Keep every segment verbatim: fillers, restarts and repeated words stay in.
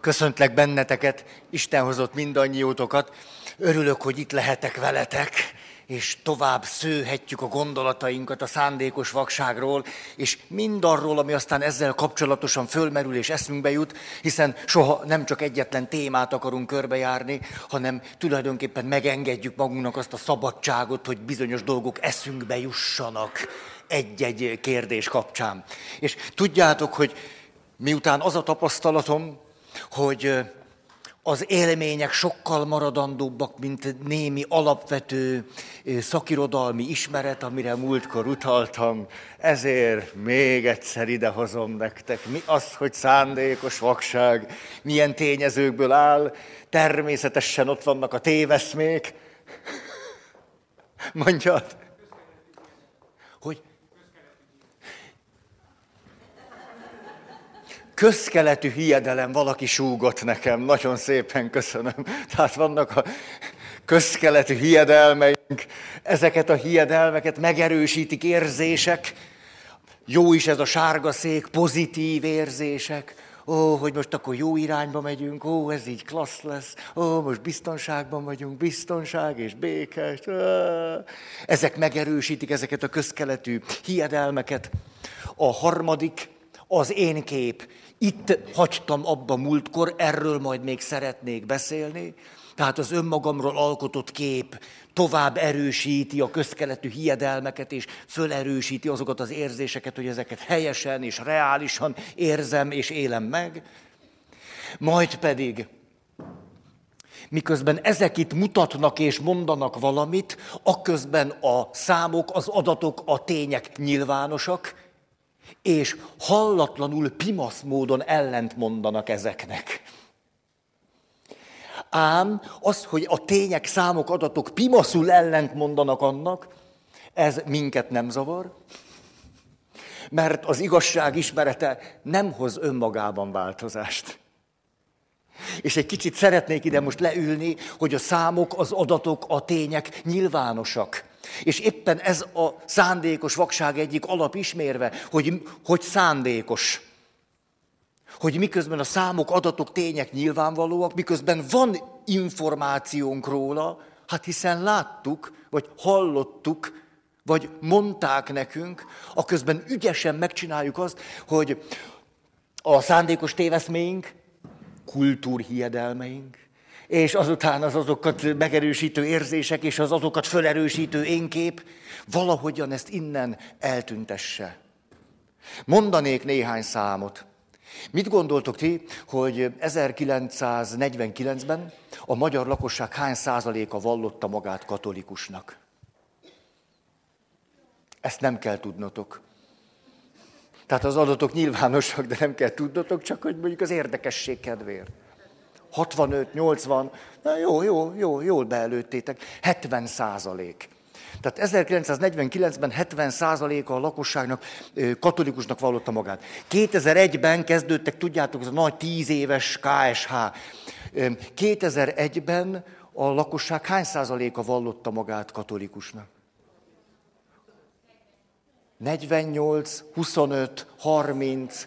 Köszöntlek benneteket, Isten hozott mindannyiótokat. Örülök, hogy itt lehetek veletek, és tovább szőhetjük a gondolatainkat a szándékos vakságról, és mindarról, ami aztán ezzel kapcsolatosan fölmerül és eszünkbe jut, hiszen soha nem csak egyetlen témát akarunk körbejárni, hanem tulajdonképpen megengedjük magunknak azt a szabadságot, hogy bizonyos dolgok eszünkbe jussanak egy-egy kérdés kapcsán. És tudjátok, hogy miután az a tapasztalatom, hogy az élmények sokkal maradandóbbak, mint némi alapvető szakirodalmi ismeret, amire múltkor utaltam. Ezért még egyszer idehozom nektek. Mi az, hogy szándékos vakság, milyen tényezőkből áll. Természetesen ott vannak a téveszmék. Mondjad. Hogy? Közkeletű hiedelem, valaki súgott nekem, nagyon szépen köszönöm. Tehát vannak a közkeletű hiedelmeink, ezeket a hiedelmeket megerősítik érzések. Jó is ez a sárga szék, pozitív érzések. Ó, hogy most akkor jó irányba megyünk, ó, ez így klassz lesz, ó, most biztonságban vagyunk, biztonság és béke. Ezek megerősítik ezeket a közkeletű hiedelmeket. A harmadik, az én kép. Itt hagytam abba múltkor, erről majd még szeretnék beszélni. Tehát az önmagamról alkotott kép tovább erősíti a közkeletű hiedelmeket, és fölerősíti azokat az érzéseket, hogy ezeket helyesen és reálisan érzem és élem meg. Majd pedig, miközben ezek itt mutatnak és mondanak valamit, akközben a számok, az adatok, a tények nyilvánosak, és hallatlanul pimasz módon ellent mondanak ezeknek. Ám az, hogy a tények, számok, adatok pimaszul ellent mondanak annak, ez minket nem zavar, mert az igazság ismerete nem hoz önmagában változást. És egy kicsit szeretnék ide most leülni, hogy a számok, az adatok, a tények nyilvánosak. És éppen ez a szándékos vakság egyik alapismérve, hogy, hogy szándékos. Hogy miközben a számok, adatok, tények nyilvánvalóak, miközben van információnk róla, hát hiszen láttuk, vagy hallottuk, vagy mondták nekünk, aközben ügyesen megcsináljuk azt, hogy a szándékos téveszméink, kultúrhiedelmeink, és azután az azokat megerősítő érzések, és az azokat felerősítő énkép valahogyan ezt innen eltüntesse. Mondanék néhány számot. Mit gondoltok ti, hogy ezerkilencszáznegyvenkilencben a magyar lakosság hány százaléka vallotta magát katolikusnak? Ezt nem kell tudnotok. Tehát az adatok nyilvánosak, de nem kell tudnotok, csak hogy mondjuk az érdekesség kedvéért. hatvanöt, nyolcvan, na jó, jó, jó, jól beelőttétek, hetven százalék. Tehát ezerkilencszáznegyvenkilencben hetven százaléka a lakosságnak katolikusnak vallotta magát. kétezer-egyben kezdődtek, tudjátok, ez a nagy tíz éves ká es há. kétezer-egyben a lakosság hány százaléka vallotta magát katolikusnak? negyvennyolc, huszonöt, harminc,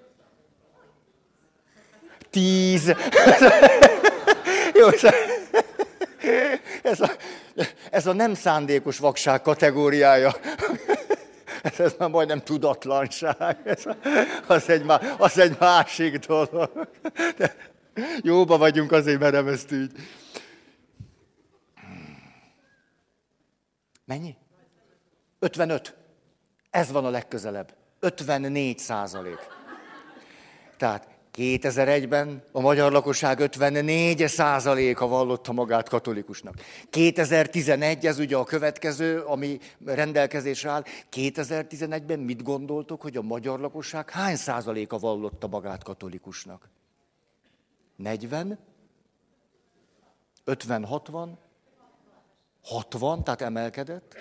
tíz. Jó, ez a, ez a nem szándékos vakság kategóriája. Ez, ez már majdnem tudatlanság. Ez a, az, egy, az egy másik dolog. De jóba vagyunk, azért merem ezt így. Mennyi? ötvenöt. Ez van a legközelebb. ötvennégy százalék. Tehát kétezer-egyben a magyar lakosság ötvennégy százaléka vallotta magát katolikusnak. kétezer-tizenegy, ez ugye a következő, ami rendelkezésre áll. kétezer-tizenegyben mit gondoltok, hogy a magyar lakosság hány százaléka vallotta magát katolikusnak? negyven? ötven, hatvan? hatvan, tehát emelkedett?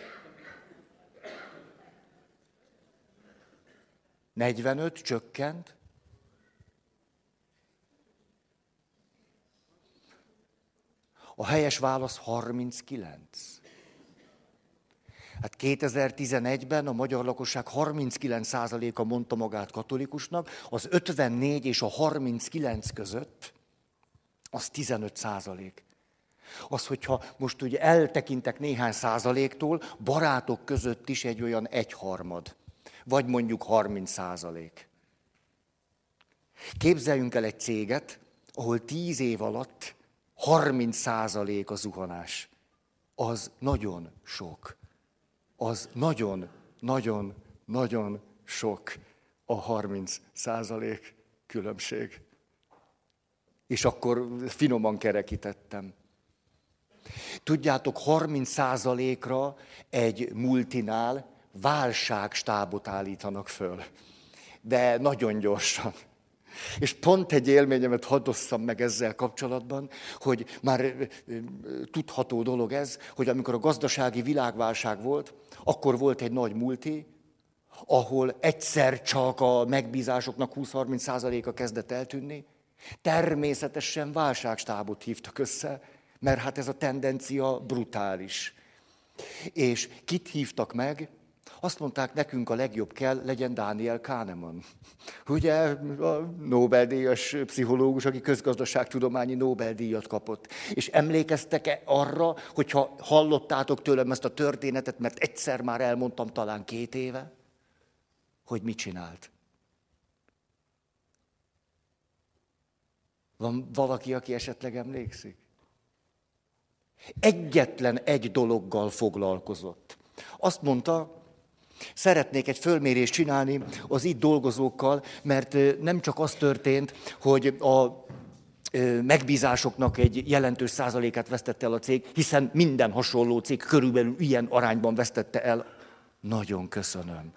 negyvenöt, csökkent? A helyes válasz harminckilenc. Hát kétezer-tizenegyben a magyar lakosság harminckilenc százaléka mondta magát katolikusnak, az ötvennégy és a harminckilenc között Az tizenöt százalék. Az, hogyha most ugye eltekintek néhány százaléktól, barátok között is egy olyan egyharmad, vagy mondjuk harminc százalék. Képzeljünk el egy céget, ahol tíz év alatt harminc százalék a zuhanás. Az nagyon sok. Az nagyon, nagyon, nagyon sok a harminc százalék különbség. És akkor finoman kerekítettem. Tudjátok, harminc százalékra egy multinál válságstábot állítanak föl. De nagyon gyorsan. És pont egy élményemet hadd osszam meg ezzel kapcsolatban, hogy már tudható dolog ez, hogy amikor a gazdasági világválság volt, akkor volt egy nagy multi, ahol egyszer csak a megbízásoknak húsz-harminc százaléka kezdett eltűnni. Természetesen válságstábot hívtak össze, mert hát ez a tendencia brutális. És kit hívtak meg? Azt mondták, nekünk a legjobb kell, legyen Daniel Kahneman. Ugye a Nobel-díjas pszichológus, aki közgazdaságtudományi Nobel-díjat kapott. És emlékeztek-e arra, hogyha hallottátok tőlem ezt a történetet, mert egyszer már elmondtam talán két éve, hogy mit csinált? Van valaki, aki esetleg emlékszik? Egyetlen egy dologgal foglalkozott. Azt mondta, szeretnék egy fölmérést csinálni az itt dolgozókkal, mert nem csak az történt, hogy a megbízásoknak egy jelentős százalékát vesztette el a cég, hiszen minden hasonló cég körülbelül ilyen arányban vesztette el. Nagyon köszönöm.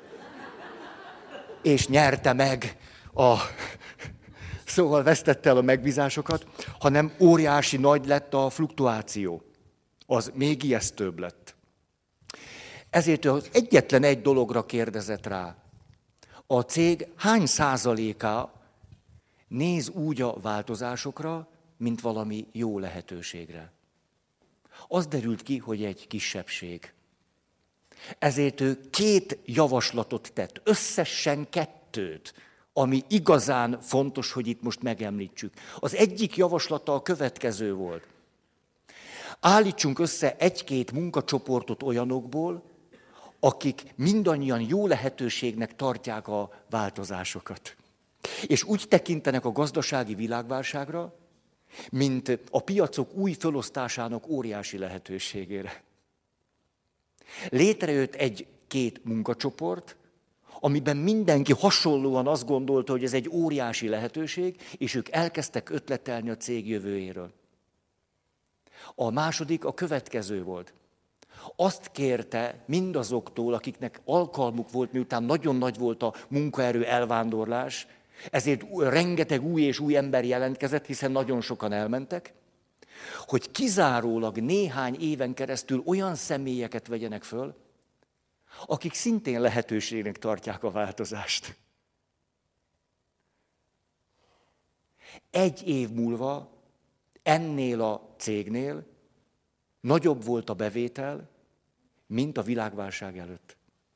És nyerte meg a... Szóval vesztette el a megbízásokat, hanem óriási nagy lett a fluktuáció. Az még ijesztőbb lett. Ezért az egyetlen egy dologra kérdezett rá. A cég hány százaléka néz úgy a változásokra, mint valami jó lehetőségre? Az derült ki, hogy egy kisebbség. Ezért ő két javaslatot tett, összesen kettőt, ami igazán fontos, hogy itt most megemlítsük. Az egyik javaslata a következő volt. Állítsunk össze egy-két munkacsoportot olyanokból, akik mindannyian jó lehetőségnek tartják a változásokat. És úgy tekintenek a gazdasági világválságra, mint a piacok új felosztásának óriási lehetőségére. Létrejött egy-két munkacsoport, amiben mindenki hasonlóan azt gondolta, hogy ez egy óriási lehetőség, és ők elkezdtek ötletelni a cég jövőjéről. A második a következő volt. Azt kérte mindazoktól, akiknek alkalmuk volt, miután nagyon nagy volt a munkaerő elvándorlás, ezért rengeteg új és új ember jelentkezett, hiszen nagyon sokan elmentek, hogy kizárólag néhány éven keresztül olyan személyeket vegyenek föl, akik szintén lehetőségnek tartják a változást. Egy év múlva ennél a cégnél nagyobb volt a bevétel, mint a világválság előtt.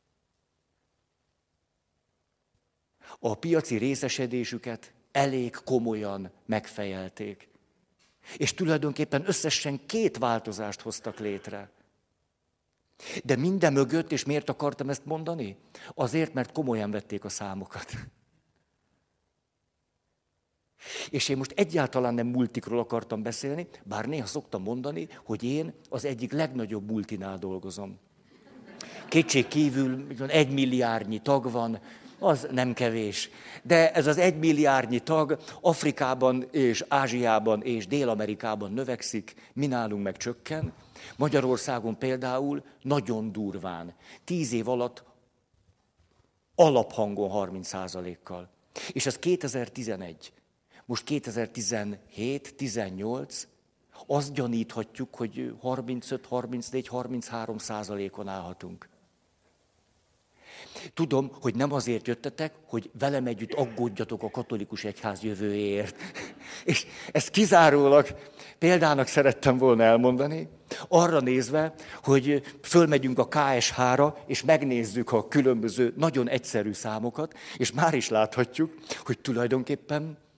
A piaci részesedésüket elég komolyan megfejelték. És tulajdonképpen összesen két változást hoztak létre. De minden mögött, és miért akartam ezt mondani? Azért, mert komolyan vették a számokat. És én most egyáltalán nem multikról akartam beszélni, bár néha szoktam mondani, hogy én az egyik legnagyobb multinál dolgozom. Kétség kívül egy milliárdnyi tag van, az nem kevés. De ez az egy milliárdnyi tag Afrikában és Ázsiában és Dél-Amerikában növekszik, mi nálunk meg csökken. Magyarországon például nagyon durván, tíz év alatt alaphangon harminc százalékkal. És ez kétezer-tizenegy. Most kétezer-tizenhét, tizennyolc, azt gyaníthatjuk, hogy harmincöt, harmincnégy, harminchárom százalékon állhatunk. Tudom, hogy nem azért jöttetek, hogy velem együtt aggódjatok a katolikus egyház jövőjéért. És ezt kizárólag példának szerettem volna elmondani, arra nézve, hogy fölmegyünk a ká es há-ra, és megnézzük a különböző, nagyon egyszerű számokat, és már is láthatjuk, hogy tulajdonképpen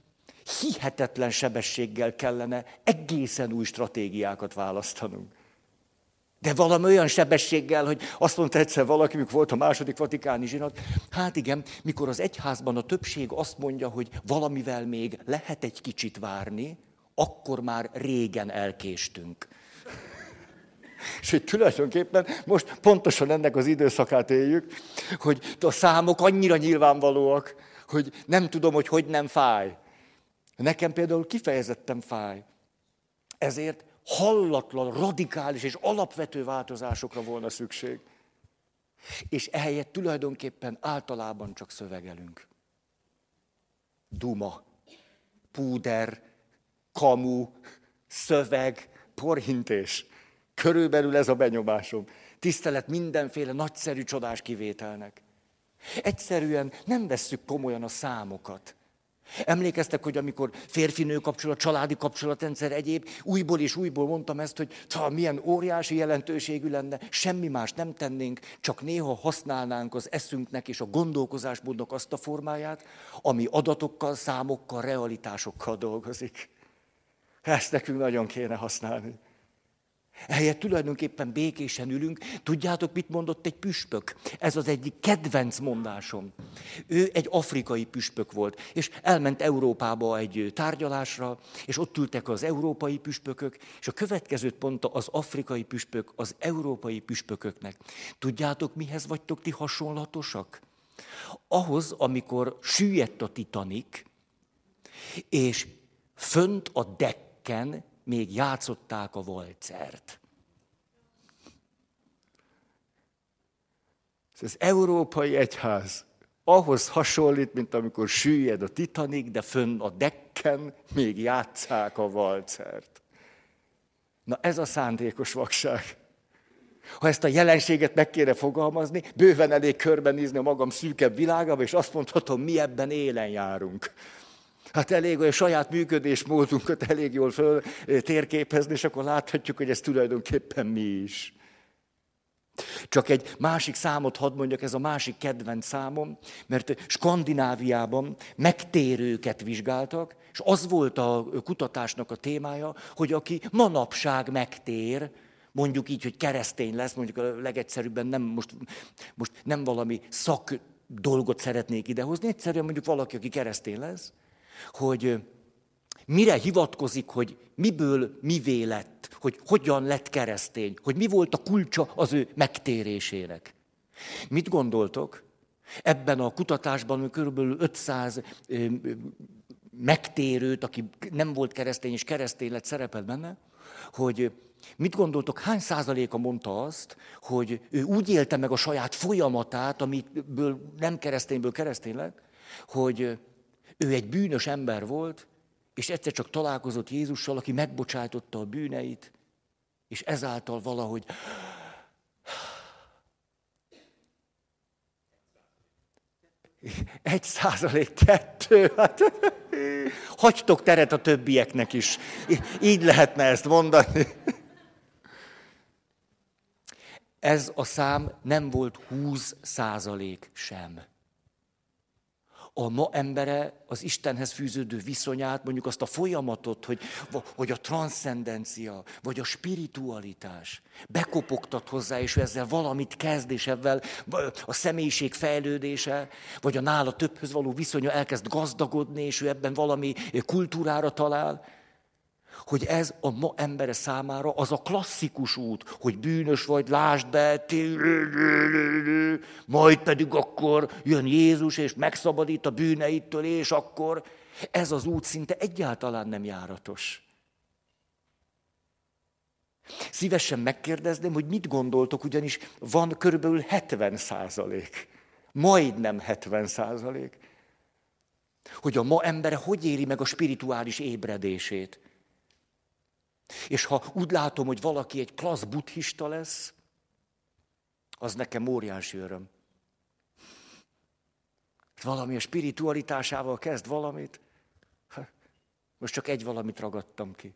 hihetetlen sebességgel kellene egészen új stratégiákat választanunk. De valami olyan sebességgel, hogy azt mondta egyszer valaki, mikor volt a második vatikáni zsinat, hát igen, mikor az egyházban a többség azt mondja, hogy valamivel még lehet egy kicsit várni, akkor már régen elkéstünk. És hogy tulajdonképpen most pontosan ennek az időszakát éljük, hogy a számok annyira nyilvánvalóak, hogy nem tudom, hogy hogy nem fáj. Nekem például kifejezetten fáj. Ezért hallatlan, radikális és alapvető változásokra volna szükség. És ehelyett tulajdonképpen általában csak szövegelünk. Duma, púder, kamu, szöveg, porhintés. Körülbelül ez a benyomásom. Tisztelet mindenféle nagyszerű, csodás kivételnek. Egyszerűen nem vesszük komolyan a számokat. Emlékeztek, hogy amikor férfi-nő kapcsolat, családi kapcsolatrendszer egyéb, újból és újból mondtam ezt, hogy ha milyen óriási jelentőségű lenne, semmi más nem tennénk, csak néha használnánk az eszünknek és a gondolkozásmódnak azt a formáját, ami adatokkal, számokkal, realitásokkal dolgozik. Ezt nekünk nagyon kéne használni. Ehelyett tulajdonképpen békésen ülünk. Tudjátok, mit mondott egy püspök? Ez az egyik kedvenc mondásom. Ő egy afrikai püspök volt, és elment Európába egy tárgyalásra, és ott ültek az európai püspökök, és a következőt mondta az afrikai püspök az európai püspököknek. Tudjátok, mihez vagytok ti hasonlatosak? Ahhoz, amikor süllyedt a Titanic, és fönt a decken még játszották a valcert. Az európai egyház ahhoz hasonlít, mint amikor süllyed a Titanic, de fönn a dekken még játsszák a valcert. Na ez a szándékos vakság. Ha ezt a jelenséget meg kéne fogalmazni, bőven elég körbenézni a magam szűkebb világába, és azt mondhatom, mi ebben élen járunk. Hát elég olyan saját működésmódunkat elég jól föl térképezni, és akkor láthatjuk, hogy ez tulajdonképpen mi is. Csak egy másik számot hadd mondjak, ez a másik kedvenc számom, mert Skandináviában megtérőket vizsgáltak, és az volt a kutatásnak a témája, hogy aki manapság megtér, mondjuk így, hogy keresztény lesz, mondjuk a legegyszerűbben nem, most, most nem valami szak dolgot szeretnék idehozni, egyszerűen mondjuk valaki, aki keresztény lesz, hogy mire hivatkozik, hogy miből mivé lett, hogy hogyan lett keresztény, hogy mi volt a kulcsa az ő megtérésének. Mit gondoltok? Ebben a kutatásban kb. ötszáz megtérőt, aki nem volt keresztény és keresztény lett, szerepel benne, hogy mit gondoltok, hány százaléka mondta azt, hogy ő úgy élte meg a saját folyamatát, amiből nem keresztényből keresztény lett, hogy ő egy bűnös ember volt, és egyszer csak találkozott Jézussal, aki megbocsájtotta a bűneit, és ezáltal valahogy... Egy százalék, kettő, hát hagytok teret a többieknek is. Így lehetne ezt mondani. Ez a szám nem volt húsz százalék sem. A ma embere az Istenhez fűződő viszonyát, mondjuk azt a folyamatot, hogy, hogy a transzcendencia, vagy a spiritualitás bekopogtat hozzá, és ő ezzel valamit kezd, és ezzel a személyiség fejlődése, vagy a nála többhöz való viszonya elkezd gazdagodni, és ő ebben valami kultúrára talál, hogy ez a ma embere számára az a klasszikus út, hogy bűnös vagy, lásd be, majd pedig akkor jön Jézus, és megszabadít a bűneitől, és akkor ez az út szinte egyáltalán nem járatos. Szívesen megkérdezném, hogy mit gondoltok, ugyanis van körülbelül hetven százalék, majdnem hetven százalék, hogy a ma embere hogy éri meg a spirituális ébredését. És ha úgy látom, hogy valaki egy klassz buddhista lesz, az nekem óriási öröm. Valami a spiritualitásával kezd valamit. Most csak egy valamit ragadtam ki.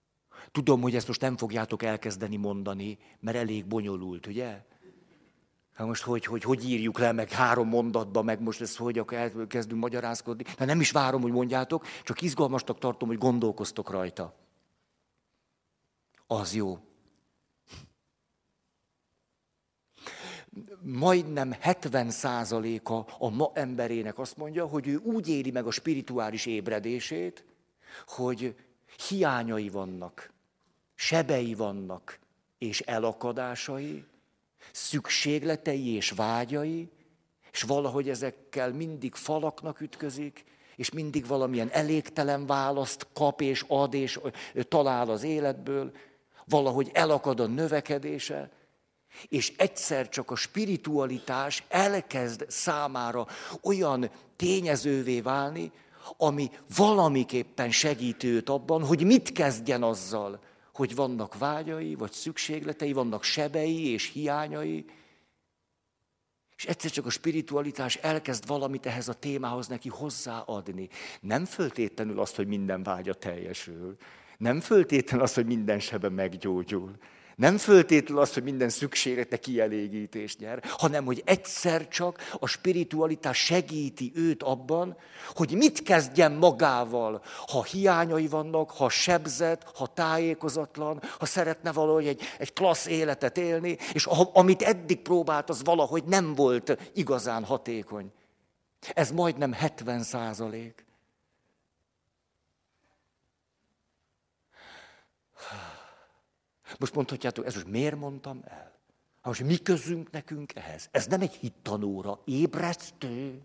Tudom, hogy ezt most nem fogjátok elkezdeni mondani, mert elég bonyolult, ugye? Hát most hogy, hogy, hogy írjuk le, meg három mondatba, meg most ez hogy, akkor elkezdünk magyarázkodni. De nem is várom, hogy mondjátok, csak izgalmasnak tartom, hogy gondolkoztok rajta. Az jó. Majdnem hetven százaléka a ma emberének azt mondja, hogy ő úgy éli meg a spirituális ébredését, hogy hiányai vannak, sebei vannak, és elakadásai, szükségletei és vágyai, és valahogy ezekkel mindig falaknak ütközik, és mindig valamilyen elégtelen választ kap és ad és talál az életből, valahogy elakad a növekedése, és egyszer csak a spiritualitás elkezd számára olyan tényezővé válni, ami valamiképpen segít őt abban, hogy mit kezdjen azzal, hogy vannak vágyai, vagy szükségletei, vannak sebei és hiányai, és egyszer csak a spiritualitás elkezd valamit ehhez a témához neki hozzáadni. Nem föltétlenül azt, hogy minden vágya teljesül, nem föltétlenül azt, hogy minden sebe meggyógyul, nem föltétlenül az, hogy minden szükséglete kielégítést nyer, hanem hogy egyszer csak a spiritualitás segíti őt abban, hogy mit kezdjen magával, ha hiányai vannak, ha sebzett, ha tájékozatlan, ha szeretne valahogy egy, egy klassz életet élni, és amit eddig próbált, az valahogy nem volt igazán hatékony. Ez majdnem hetven százalék. Most mondhatjátok, ez most miért mondtam el? Hát most mi közünk nekünk ehhez? Ez nem egy hittanóra, ébresztő.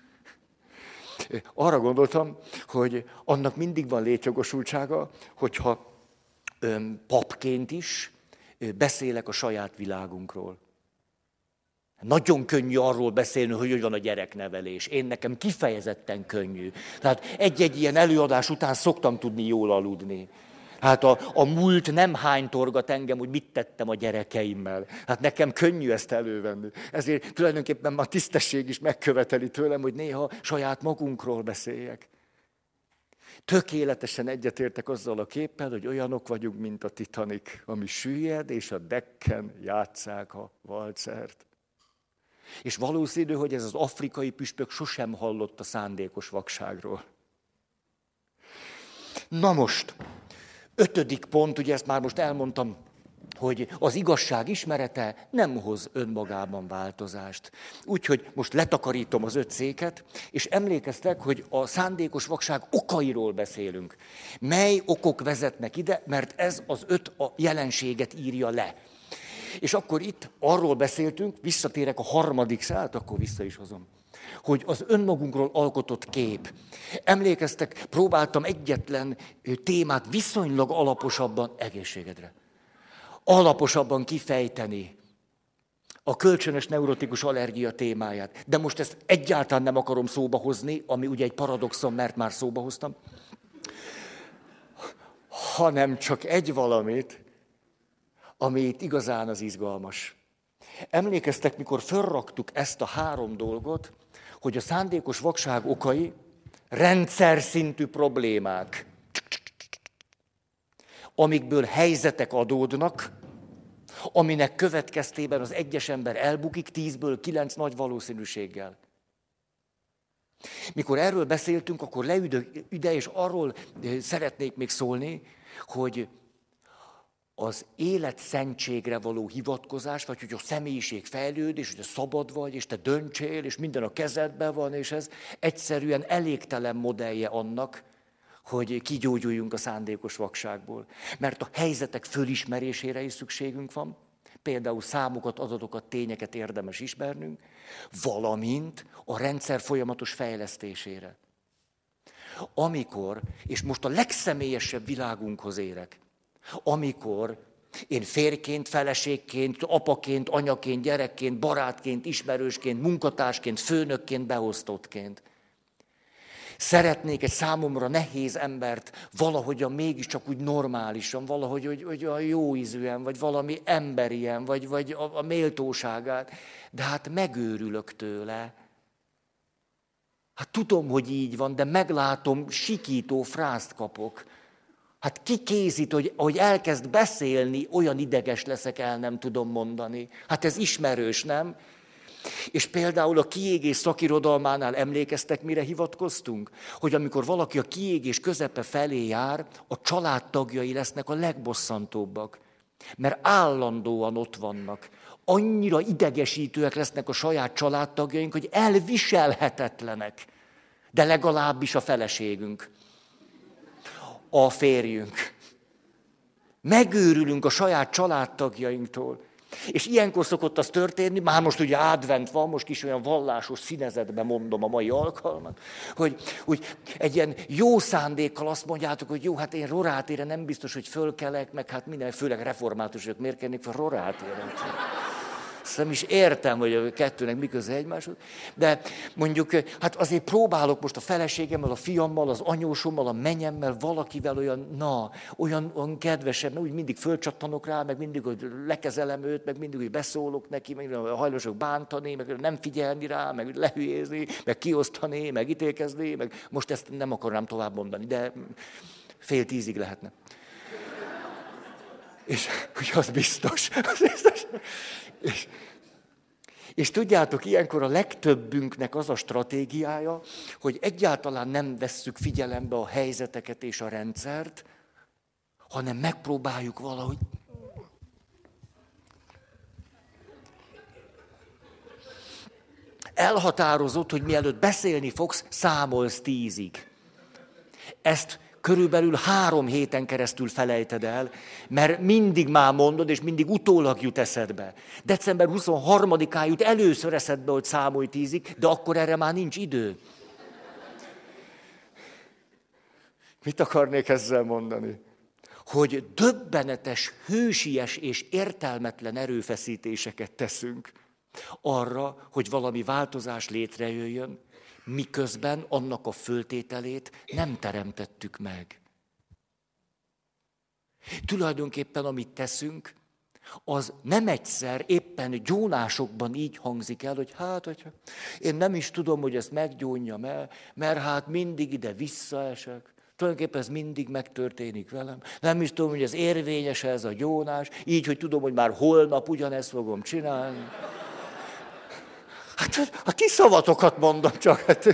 Arra gondoltam, hogy annak mindig van létjogosultsága, hogyha öm, papként is beszélek a saját világunkról. Nagyon könnyű arról beszélni, hogy hogy van a gyereknevelés. Én nekem kifejezetten könnyű. Tehát egy-egy ilyen előadás után szoktam tudni jól aludni. Hát a, a múlt nem hánytorgat engem, hogy mit tettem a gyerekeimmel. Hát nekem könnyű ezt elővenni. Ezért tulajdonképpen a tisztesség is megköveteli tőlem, hogy néha saját magunkról beszéljek. Tökéletesen egyetértek azzal a képpel, hogy olyanok vagyunk, mint a Titanic, ami süllyed, és a dekken játsszák a valcert. És valószínű, hogy ez az afrikai püspök sosem hallott a szándékos vakságról. Na most... Ötödik pont, ugye ezt már most elmondtam, hogy az igazság ismerete nem hoz önmagában változást. Úgyhogy most letakarítom az öt széket, és emlékeztek, hogy a szándékos vakság okairól beszélünk. Mely okok vezetnek ide, mert ez az öt a jelenséget írja le. És akkor itt arról beszéltünk, visszatérek a harmadik szállt, akkor vissza is hozom, hogy az önmagunkról alkotott kép. Emlékeztek, próbáltam egyetlen témát viszonylag alaposabban, egészségedre, alaposabban kifejteni, a kölcsönös neurotikus allergia témáját. De most ezt egyáltalán nem akarom szóba hozni, ami ugye egy paradoxon, mert már szóba hoztam, hanem csak egy valamit, ami itt igazán az izgalmas. Emlékeztek, mikor fölraktuk ezt a három dolgot, hogy a szándékos vakság okai rendszer szintű problémák, amikből helyzetek adódnak, aminek következtében az egyes ember elbukik tízből kilenc nagy valószínűséggel. Mikor erről beszéltünk, akkor leüdök ide, és arról szeretnék még szólni, hogy az életszentségre való hivatkozás, vagy hogy a személyiség fejlődés, hogy te szabad vagy, és te döntsél, és minden a kezedben van, és ez egyszerűen elégtelen modellje annak, hogy kigyógyuljunk a szándékos vakságból. Mert a helyzetek fölismerésére is szükségünk van, például számokat, adatokat, tényeket érdemes ismernünk, valamint a rendszer folyamatos fejlesztésére. Amikor, és most a legszemélyesebb világunkhoz érek, amikor én férjként, feleségként, apaként, anyaként, gyerekként, barátként, ismerősként, munkatársként, főnökként, beosztottként szeretnék egy számomra nehéz embert valahogyan mégiscsak úgy normálisan, valahogy hogy, hogy a jó ízűen, vagy valami emberien, vagy, vagy a, a méltóságát, de hát megőrülök tőle. Hát tudom, hogy így van, de meglátom, sikító frászt kapok. Hát ki készít, hogy, hogy elkezd beszélni, olyan ideges leszek, el nem tudom mondani. Hát ez ismerős, nem? És például a kiégés szakirodalmánál emlékeztek, mire hivatkoztunk? Hogy amikor valaki a kiégés közepe felé jár, a családtagjai lesznek a legbosszantóbbak. Mert állandóan ott vannak. Annyira idegesítőek lesznek a saját családtagjaink, hogy elviselhetetlenek. De legalábbis a feleségünk. A férjünk. Megőrülünk a saját családtagjainktól. És ilyenkor szokott az történni, már most ugye advent van, most is olyan vallásos színezetben mondom a mai alkalmat, hogy, hogy egy ilyen jó szándékkal azt mondjátok, hogy jó, hát én rorátére nem biztos, hogy fölkelek, meg hát minden, főleg reformátusok miért kelnek fel rorátére. Azt nem is értem, hogy a kettőnek mi köze egymáshoz. De mondjuk, hát azért próbálok most a feleségemmel, a fiammal, az anyósommal, a menyemmel, valakivel olyan, na, olyan, olyan kedvesebb, mert úgy mindig fölcsattanok rá, meg mindig, hogy lekezelem őt, meg mindig, hogy beszólok neki, meg hajlosok bántani, meg nem figyelni rá, meg lehülyézni, meg kiosztani, meg ítélkezni, meg most ezt nem akarnám tovább mondani, de fél tízig lehetne. És hogy az biztos, az biztos. És, és tudjátok, ilyenkor a legtöbbünknek az a stratégiája, hogy egyáltalán nem vesszük figyelembe a helyzeteket és a rendszert, hanem megpróbáljuk valahogy... Elhatározott, hogy mielőtt beszélni fogsz, számolsz tízig. Ezt körülbelül három héten keresztül felejted el, mert mindig már mondod, és mindig utólag jut eszedbe. december huszonharmadikán jut először eszedbe, hogy számolj tízig, de akkor erre már nincs idő. Mit akarnék ezzel mondani? Hogy döbbenetes, hősies és értelmetlen erőfeszítéseket teszünk arra, hogy valami változás létrejöjjön, miközben annak a föltételét nem teremtettük meg. Tulajdonképpen, amit teszünk, az nem egyszer éppen gyónásokban így hangzik el, hogy hát, hogyha én nem is tudom, hogy ezt meggyónjam el, mert hát mindig ide visszaesek. Tulajdonképpen ez mindig megtörténik velem. Nem is tudom, hogy ez érvényes ez a gyónás, így, hogy tudom, hogy már holnap ugyanezt fogom csinálni. Hát a ti szavatokat mondom csak. Hát.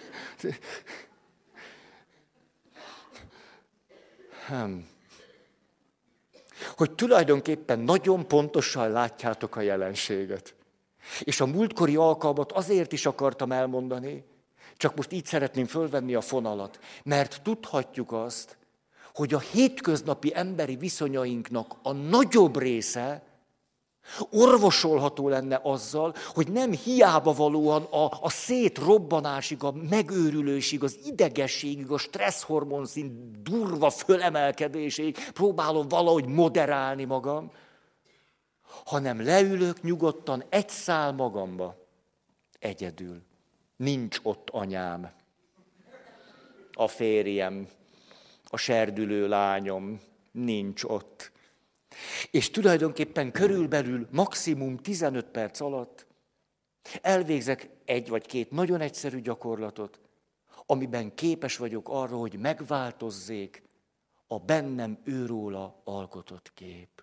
Hmm. Hogy tulajdonképpen nagyon pontosan látjátok a jelenséget. És a múltkori alkalmat azért is akartam elmondani, csak most így szeretném fölvenni a fonalat, mert tudhatjuk azt, hogy a hétköznapi emberi viszonyainknak a nagyobb része orvosolható lenne azzal, hogy nem hiába valóan a, a szétrobbanásig, a megőrülésig, az idegességig, a stresszhormonszint durva fölemelkedéséig próbálom valahogy moderálni magam, hanem leülök nyugodtan egy szál magamba, egyedül. Nincs ott anyám, a férjem, a serdülő lányom, nincs ott. És tulajdonképpen körülbelül maximum tizenöt perc alatt elvégzek egy vagy két nagyon egyszerű gyakorlatot, amiben képes vagyok arra, hogy megváltozzék a bennem őróla alkotott kép.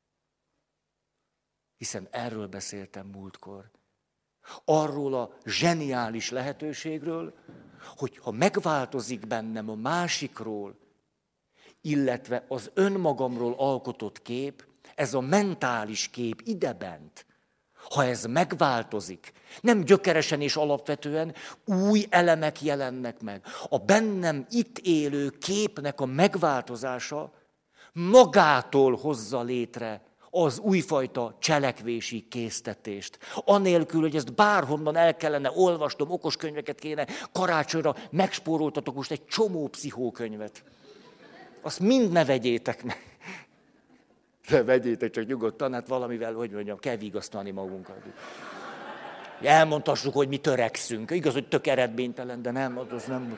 Hiszen erről beszéltem múltkor. Arról a zseniális lehetőségről, hogy ha megváltozik bennem a másikról, illetve az önmagamról alkotott kép, ez a mentális kép idebent, ha ez megváltozik, nem gyökeresen és alapvetően, új elemek jelennek meg. A bennem itt élő képnek a megváltozása magától hozza létre az újfajta cselekvési késztetést. Anélkül, hogy ezt bárhonnan el kellene olvasnom, okos könyveket kéne, karácsonyra megspóroltatok most egy csomó pszichókönyvet. Azt mind ne vegyétek meg. De vegyétek csak nyugodtan, hát valamivel, hogy mondjam, kell vigasztani magunkat. Elmondhassuk, hogy mi törekszünk. Igaz, hogy tök eredménytelen, de nem, az nem...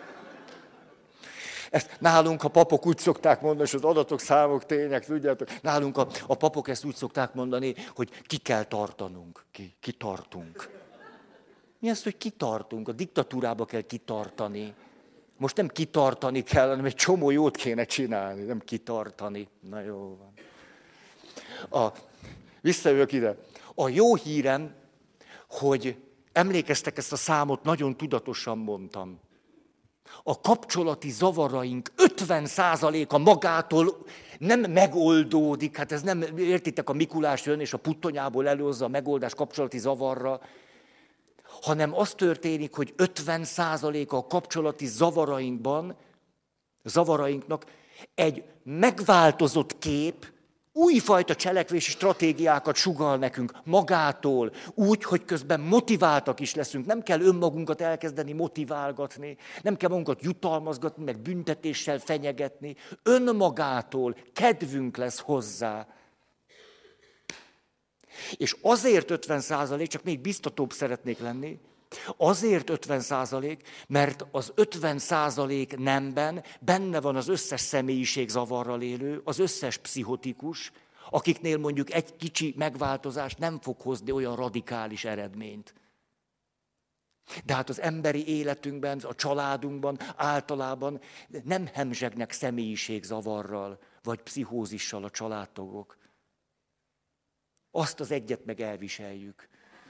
Ezt nálunk a papok úgy szokták mondani, és az adatok, számok, tények, tudjátok, nálunk a, a papok ezt úgy szokták mondani, hogy ki kell tartanunk, ki, kitartunk. Mi az, hogy kitartunk? A diktatúrába kell kitartani. Most nem kitartani kell, hanem egy csomó jót kéne csinálni, nem kitartani. Na jó van. A, visszajövök ide. A jó hírem, hogy emlékeztek, ezt a számot nagyon tudatosan mondtam. A kapcsolati zavaraink ötven százaléka magától nem megoldódik. Hát ez nem, értitek, a Mikulás jön és a puttonyából előhozza a megoldás kapcsolati zavarra, hanem az történik, hogy ötven százaléka a kapcsolati zavarainkban, zavarainknak egy megváltozott kép, újfajta cselekvési stratégiákat sugall nekünk magától, úgy, hogy közben motiváltak is leszünk. Nem kell önmagunkat elkezdeni motiválgatni, nem kell magunkat jutalmazgatni, meg büntetéssel fenyegetni. Önmagától kedvünk lesz hozzá. És azért ötven százalék, csak még biztatóbb szeretnék lenni, azért ötven százalék, mert az ötven százalék nemben benne van az összes személyiségzavarral élő, az összes pszichotikus, akiknél mondjuk egy kicsi megváltozás nem fog hozni olyan radikális eredményt. De hát az emberi életünkben, a családunkban általában nem hemzsegnek személyiségzavarral, vagy pszichózissal a családtagok. Azt az egyet meg elviseljük.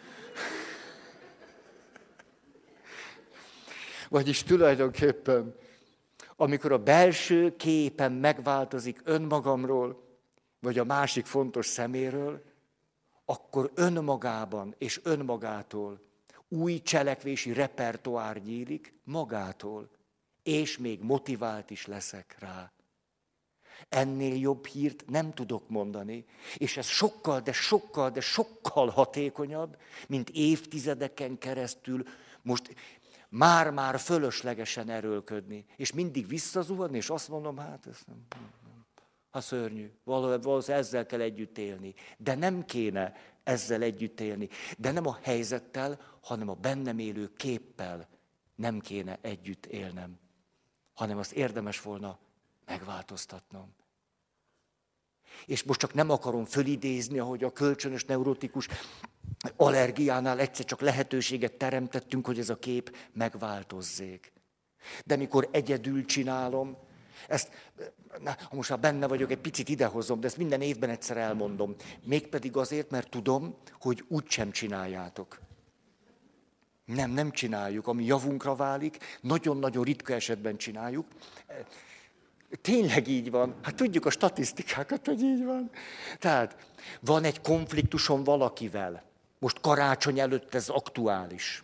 Vagyis tulajdonképpen, amikor a belső képen megváltozik önmagamról, vagy a másik fontos szeméről, akkor önmagában és önmagától új cselekvési repertoár nyílik magától, és még motivált is leszek rá. Ennél jobb hírt nem tudok mondani, és ez sokkal, de sokkal, de sokkal hatékonyabb, mint évtizedeken keresztül most már-már fölöslegesen erőlködni, és mindig visszazuhanni, és azt mondom, hát ez nem, nem. Ha szörnyű, valószínűleg ezzel kell együtt élni. De nem kéne ezzel együtt élni. De nem a helyzettel, hanem a bennem élő képpel nem kéne együtt élnem. Hanem azt érdemes volna megváltoztatnom. És most csak nem akarom fölidézni, ahogy a kölcsönös neurotikus allergiánál egyszer csak lehetőséget teremtettünk, hogy ez a kép megváltozzék. De mikor egyedül csinálom, ezt, na, most már benne vagyok, egy picit idehozom, de ezt minden évben egyszer elmondom. Mégpedig azért, mert tudom, hogy úgysem csináljátok. Nem, nem csináljuk, ami javunkra válik, nagyon-nagyon ritka esetben csináljuk. Tényleg így van. Hát tudjuk a statisztikákat, hogy így van. Tehát van egy konfliktusom valakivel. Most karácsony előtt ez aktuális.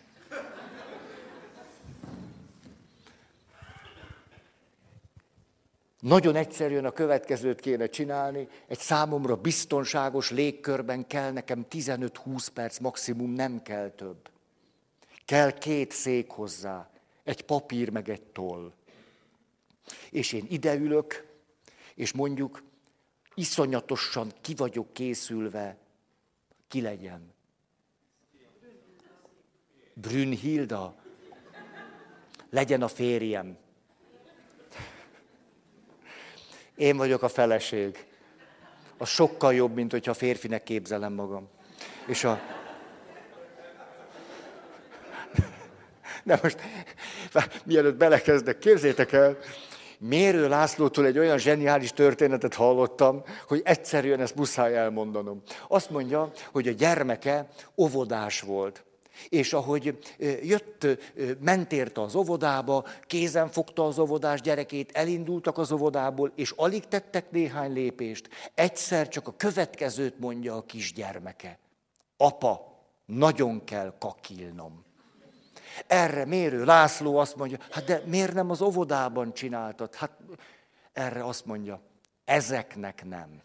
Nagyon egyszerűen a következőt kéne csinálni. Egy számomra biztonságos légkörben kell nekem tizenöt-húsz perc, maximum nem kell több. Kell két szék hozzá, egy papír meg egy toll. És én ideülök, és mondjuk iszonyatosan ki vagyok készülve, ki legyen. Brünnhilda, legyen a férjem. Én vagyok a feleség. Az sokkal jobb, mint hogyha férfinek képzelem magam. És a... De most, mielőtt belekezdek, képzétek el, Mérő Lászlótól egy olyan zseniális történetet hallottam, hogy egyszerűen ezt muszáj elmondanom. Azt mondja, hogy a gyermeke óvodás volt. És ahogy jött, ment érte az óvodába, kézen fogta az óvodás gyerekét, elindultak az óvodából, és alig tettek néhány lépést. Egyszer csak a következőt mondja a kisgyermeke. Apa, nagyon kell kakilnom. Erre Mérő László azt mondja, hát de miért nem az óvodában csináltad? Hát erre azt mondja, ezeknek nem.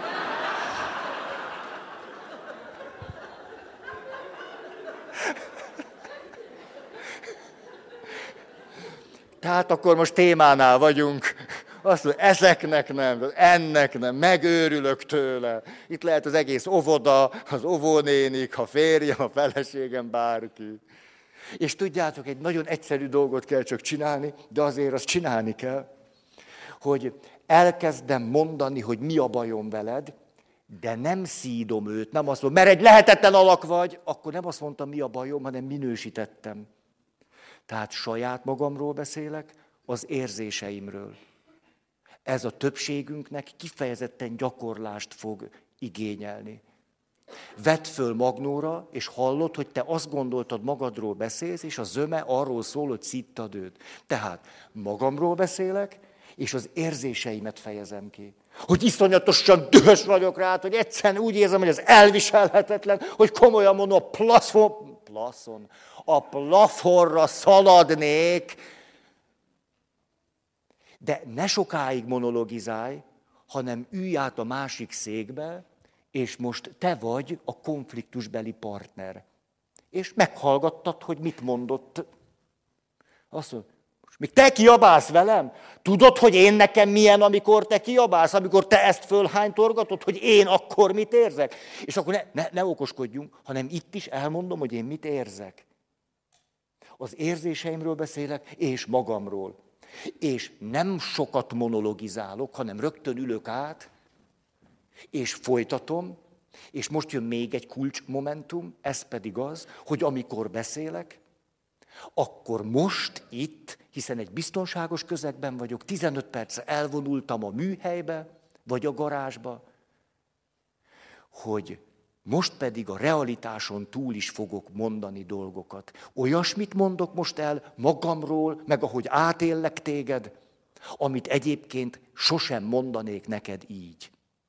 Tehát akkor most témánál vagyunk. Azt mondja, ezeknek nem, ennek nem, megőrülök tőle. Itt lehet az egész óvoda, az óvónénik, a férjem, a feleségem, bárki. És tudjátok, egy nagyon egyszerű dolgot kell csak csinálni, de azért azt csinálni kell, hogy elkezdem mondani, hogy mi a bajom veled, de nem szídom őt, nem azt mondom, mert egy lehetetlen alak vagy, akkor nem azt mondtam, mi a bajom, hanem minősítettem. Tehát saját magamról beszélek, az érzéseimről. Ez a többségünknek kifejezetten gyakorlást fog igényelni. Vedd föl magnóra, és hallod, hogy te azt gondoltad, magadról beszélsz, és a zöme arról szól, hogy szittad őt. Tehát magamról beszélek, és az érzéseimet fejezem ki. Hogy iszonyatosan dühös vagyok rá, hogy egyszerűen úgy érzem, hogy ez elviselhetetlen, hogy komolyan mondom, a plafon, plafon, a plafonra szaladnék. De ne sokáig monologizálj, hanem ülj át a másik székbe, és most te vagy a konfliktusbeli partner. És meghallgattad, hogy mit mondott. Azt mondod, most még te kiabálsz velem? Tudod, hogy én nekem milyen, amikor te kiabálsz, amikor te ezt fölhánytorgatod, hogy én akkor mit érzek? És akkor ne, ne, ne okoskodjunk, hanem itt is elmondom, hogy én mit érzek. Az érzéseimről beszélek, és magamról. És nem sokat monologizálok, hanem rögtön ülök át, és folytatom, és most jön még egy kulcsmomentum, ez pedig az, hogy amikor beszélek, akkor most itt, hiszen egy biztonságos közegben vagyok, tizenöt perce elvonultam a műhelybe, vagy a garázsba, hogy most pedig a realitáson túl is fogok mondani dolgokat. Olyasmit mondok most el magamról, meg ahogy átéllek téged, amit egyébként sosem mondanék neked így.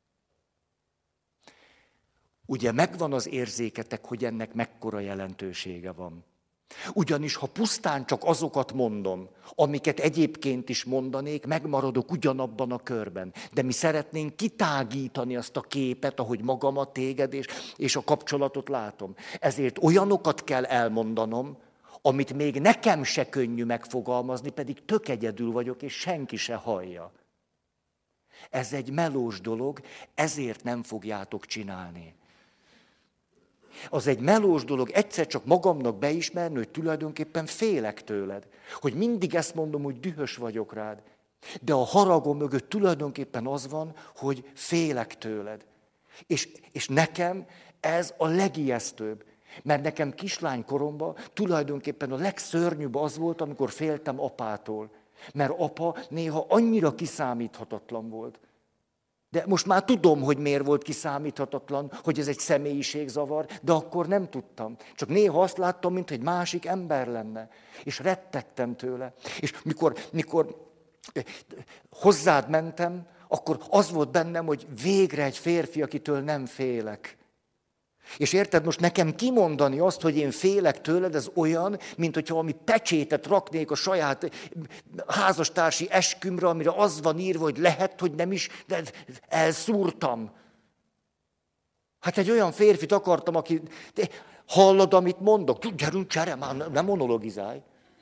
Ugye megvan az érzéketek, hogy ennek mekkora jelentősége van. Ugyanis ha pusztán csak azokat mondom, amiket egyébként is mondanék, megmaradok ugyanabban a körben. De mi szeretnénk kitágítani azt a képet, ahogy magamat, téged és, és a kapcsolatot látom. Ezért olyanokat kell elmondanom, amit még nekem se könnyű megfogalmazni, pedig tök egyedül vagyok, és senki se hallja. Ez egy melós dolog, ezért nem fogjátok csinálni. Az egy melós dolog, egyszer csak magamnak beismerni, hogy tulajdonképpen félek tőled. Hogy mindig ezt mondom, hogy dühös vagyok rád. De a haragom mögött tulajdonképpen az van, hogy félek tőled. És, és nekem ez a legijesztőbb. Mert nekem kislánykoromban tulajdonképpen a legszörnyűbb az volt, amikor féltem apától. Mert apa néha annyira kiszámíthatatlan volt. De most már tudom, hogy miért volt kiszámíthatatlan, hogy ez egy személyiségzavar, de akkor nem tudtam. Csak néha azt láttam, mintha egy másik ember lenne. És rettegtem tőle. És mikor, mikor hozzád mentem, akkor az volt bennem, hogy végre egy férfi, akitől nem félek. És érted, most nekem kimondani azt, hogy én félek tőled, ez olyan, mint hogyha valami pecsétet raknék a saját házastársi eskümre, amire az van írva, hogy lehet, hogy nem is, de elszúrtam. Hát egy olyan férfit akartam, aki... De hallod, amit mondok? Gyerünk, csere, már nem monologizálj.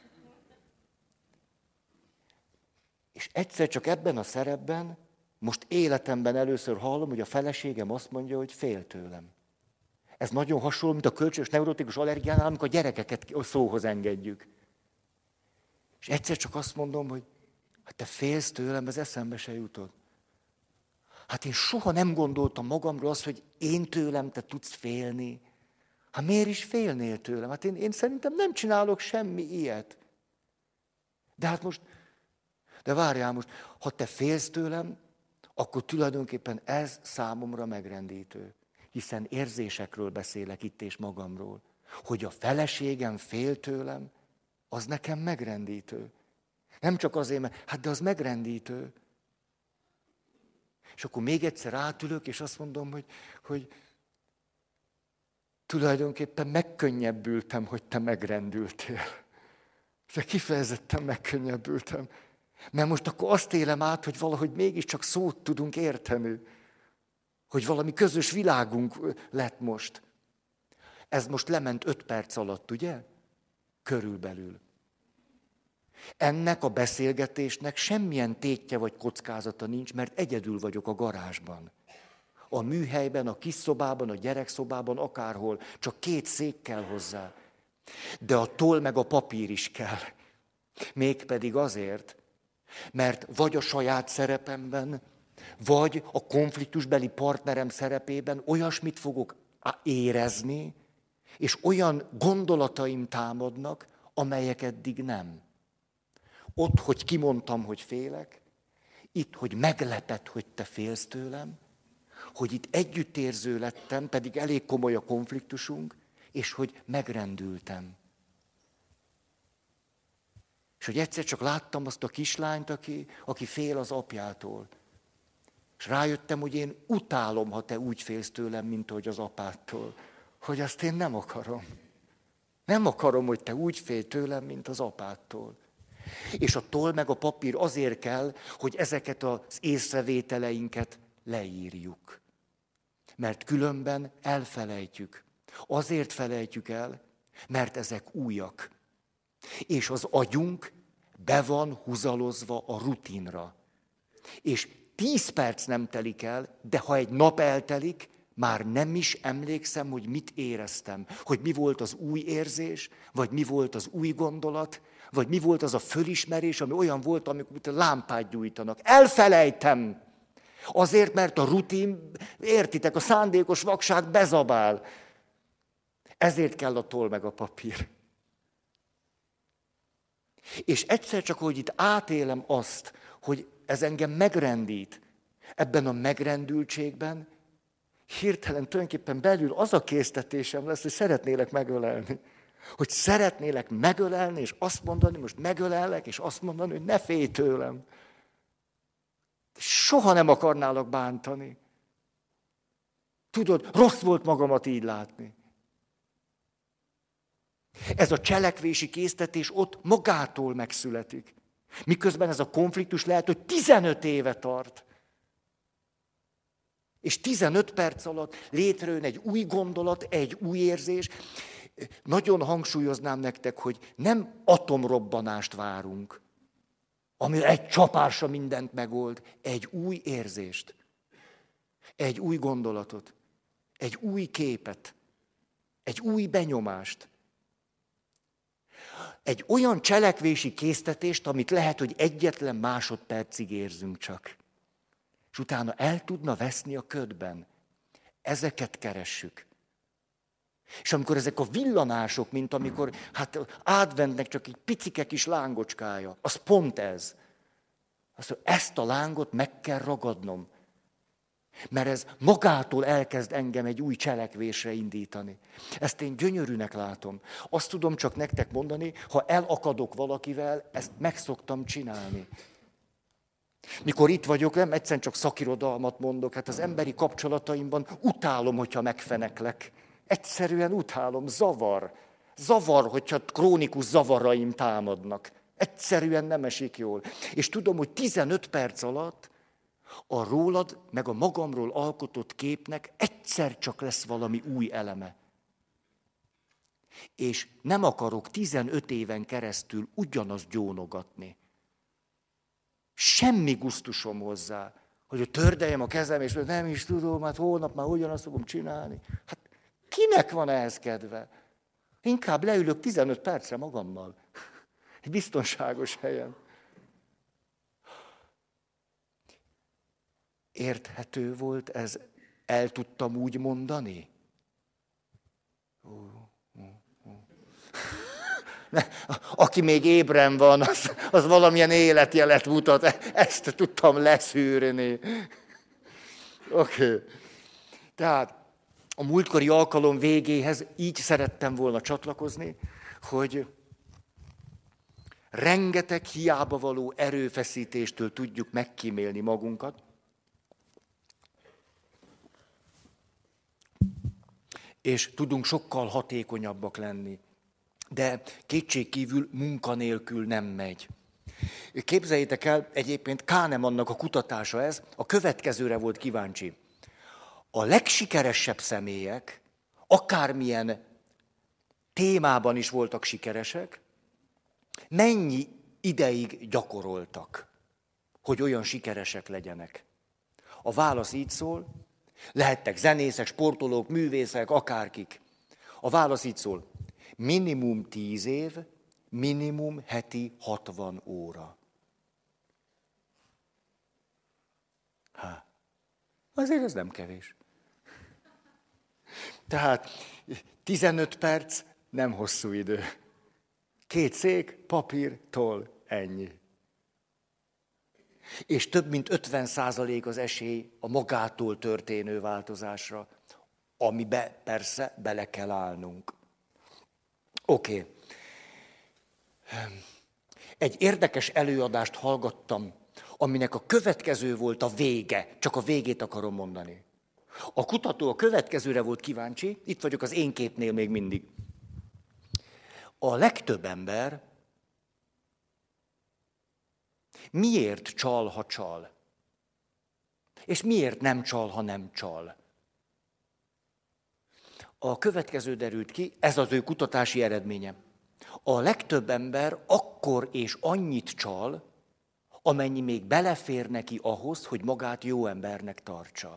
És egyszer csak ebben a szerepben, most életemben először hallom, hogy a feleségem azt mondja, hogy fél tőlem. Ez nagyon hasonló, mint a kölcsönös neurotikus allergiánál, amikor a gyerekeket szóhoz engedjük. És egyszer csak azt mondom, hogy hát te félsz tőlem, ez eszembe se jutott. Hát én soha nem gondoltam magamról azt, hogy én tőlem te tudsz félni. Hát miért is félnél tőlem? Hát én, én szerintem nem csinálok semmi ilyet. De hát most, de várjál most, ha te félsz tőlem, akkor tulajdonképpen ez számomra megrendítő. Hiszen érzésekről beszélek itt és magamról. Hogy a feleségem fél tőlem, az nekem megrendítő. Nem csak azért, mert hát de az megrendítő. És akkor még egyszer átülök, és azt mondom, hogy, hogy tulajdonképpen megkönnyebbültem, hogy te megrendültél. De kifejezetten megkönnyebbültem. Mert most akkor azt élem át, hogy valahogy mégiscsak szót tudunk érteni. Hogy valami közös világunk lett most. Ez most lement öt perc alatt, ugye? Körülbelül. Ennek a beszélgetésnek semmilyen tétje vagy kockázata nincs, mert egyedül vagyok a garázsban. A műhelyben, a kis szobában, a gyerekszobában, akárhol. Csak két szék kell hozzá. De a toll meg a papír is kell. Mégpedig azért, mert vagy a saját szerepemben, vagy a konfliktusbeli partnerem szerepében olyasmit fogok érezni, és olyan gondolataim támadnak, amelyek eddig nem. Ott, hogy kimondtam, hogy félek, itt, hogy meglepett, hogy te félsz tőlem, hogy itt együttérző lettem, pedig elég komoly a konfliktusunk, és hogy megrendültem. És hogy egyszer csak láttam azt a kislányt, aki, aki fél az apjától. És rájöttem, hogy én utálom, ha te úgy félsz tőlem, mint ahogy az apádtól. Hogy azt én nem akarom. Nem akarom, hogy te úgy félj tőlem, mint az apádtól. És a toll meg a papír azért kell, hogy ezeket az észrevételeinket leírjuk. Mert különben elfelejtjük. Azért felejtjük el, mert ezek újak. És az agyunk be van húzalozva a rutinra. És tíz perc nem telik el, de ha egy nap eltelik, már nem is emlékszem, hogy mit éreztem. Hogy mi volt az új érzés, vagy mi volt az új gondolat, vagy mi volt az a fölismerés, ami olyan volt, amikor lámpát gyújtanak. Elfelejtem! Azért, mert a rutin, értitek, a szándékos vakság bezabál. Ezért kell a toll meg a papír. És egyszer csak, hogy itt átélem azt, hogy ez engem megrendít, ebben a megrendültségben hirtelen tulajdonképpen belül az a késztetésem lesz, hogy szeretnélek megölelni. Hogy szeretnélek megölelni, és azt mondani, most megölellek, és azt mondani, hogy ne félj tőlem. Soha nem akarnálak bántani. Tudod, rossz volt magamat így látni. Ez a cselekvési késztetés ott magától megszületik. Miközben ez a konfliktus lehet, hogy tizenöt éve tart. És tizenöt perc alatt létrejön egy új gondolat, egy új érzés. Nagyon hangsúlyoznám nektek, hogy nem atomrobbanást várunk, ami egy csapásra mindent megold, egy új érzést, egy új gondolatot, egy új képet, egy új benyomást. Egy olyan cselekvési késztetést, amit lehet, hogy egyetlen másodpercig érzünk csak. És utána el tudna veszni a ködben. Ezeket keressük. És amikor ezek a villanások, mint amikor hát adventnek csak egy picike kis lángocskája, az pont ez. Azt mondja, ezt a lángot meg kell ragadnom. Mert ez magától elkezd engem egy új cselekvésre indítani. Ezt én gyönyörűnek látom. Azt tudom csak nektek mondani, ha elakadok valakivel, ezt meg szoktam csinálni. Mikor itt vagyok, nem egyszerűen csak szakirodalmat mondok, hát az emberi kapcsolataimban utálom, hogyha megfeneklek. Egyszerűen utálom, zavar. Zavar, hogyha krónikus zavaraim támadnak. Egyszerűen nem esik jól. És tudom, hogy tizenöt perc alatt a rólad, meg a magamról alkotott képnek egyszer csak lesz valami új eleme. És nem akarok tizenöt éven keresztül ugyanazt gyónogatni. Semmi gusztusom hozzá, hogy tördeljem a kezem, és nem is tudom, hát holnap már ugyanazt fogom csinálni. Hát kinek van ehhez kedve? Inkább leülök tizenöt percre magammal. Egy biztonságos helyen. Érthető volt ez? El tudtam úgy mondani? Ó, ó, ó. Ne, aki még ébren van, az, az valamilyen életjelet mutat. Ezt tudtam leszűrni. Oké. Okay. Tehát a múltkori alkalom végéhez így szerettem volna csatlakozni, hogy rengeteg hiába való erőfeszítéstől tudjuk megkímélni magunkat, és tudunk sokkal hatékonyabbak lenni. De kétségkívül munkanélkül nem megy. Képzeljétek el, egyébként Kahnemannak a kutatása ez, a következőre volt kíváncsi. A legsikeresebb személyek, akármilyen témában is voltak sikeresek, mennyi ideig gyakoroltak, hogy olyan sikeresek legyenek. A válasz így szól, lehettek zenészek, sportolók, művészek, akárkik. A válasz így szól, minimum tíz év, minimum heti hatvan óra. Há, azért ez nem kevés. Tehát tizenöt perc nem hosszú idő. Két szék, papír, toll, ennyi. És több mint ötven százalék az esély a magától történő változásra, amibe persze bele kell állnunk. Oké. Okay. Egy érdekes előadást hallgattam, aminek a következő volt a vége. Csak a végét akarom mondani. A kutató a következőre volt kíváncsi, itt vagyok az én képnél még mindig. A legtöbb ember miért csal, ha csal? És miért nem csal, ha nem csal? A következő derült ki, ez az ő kutatási eredménye. A legtöbb ember akkor és annyit csal, amennyi még belefér neki ahhoz, hogy magát jó embernek tartsa.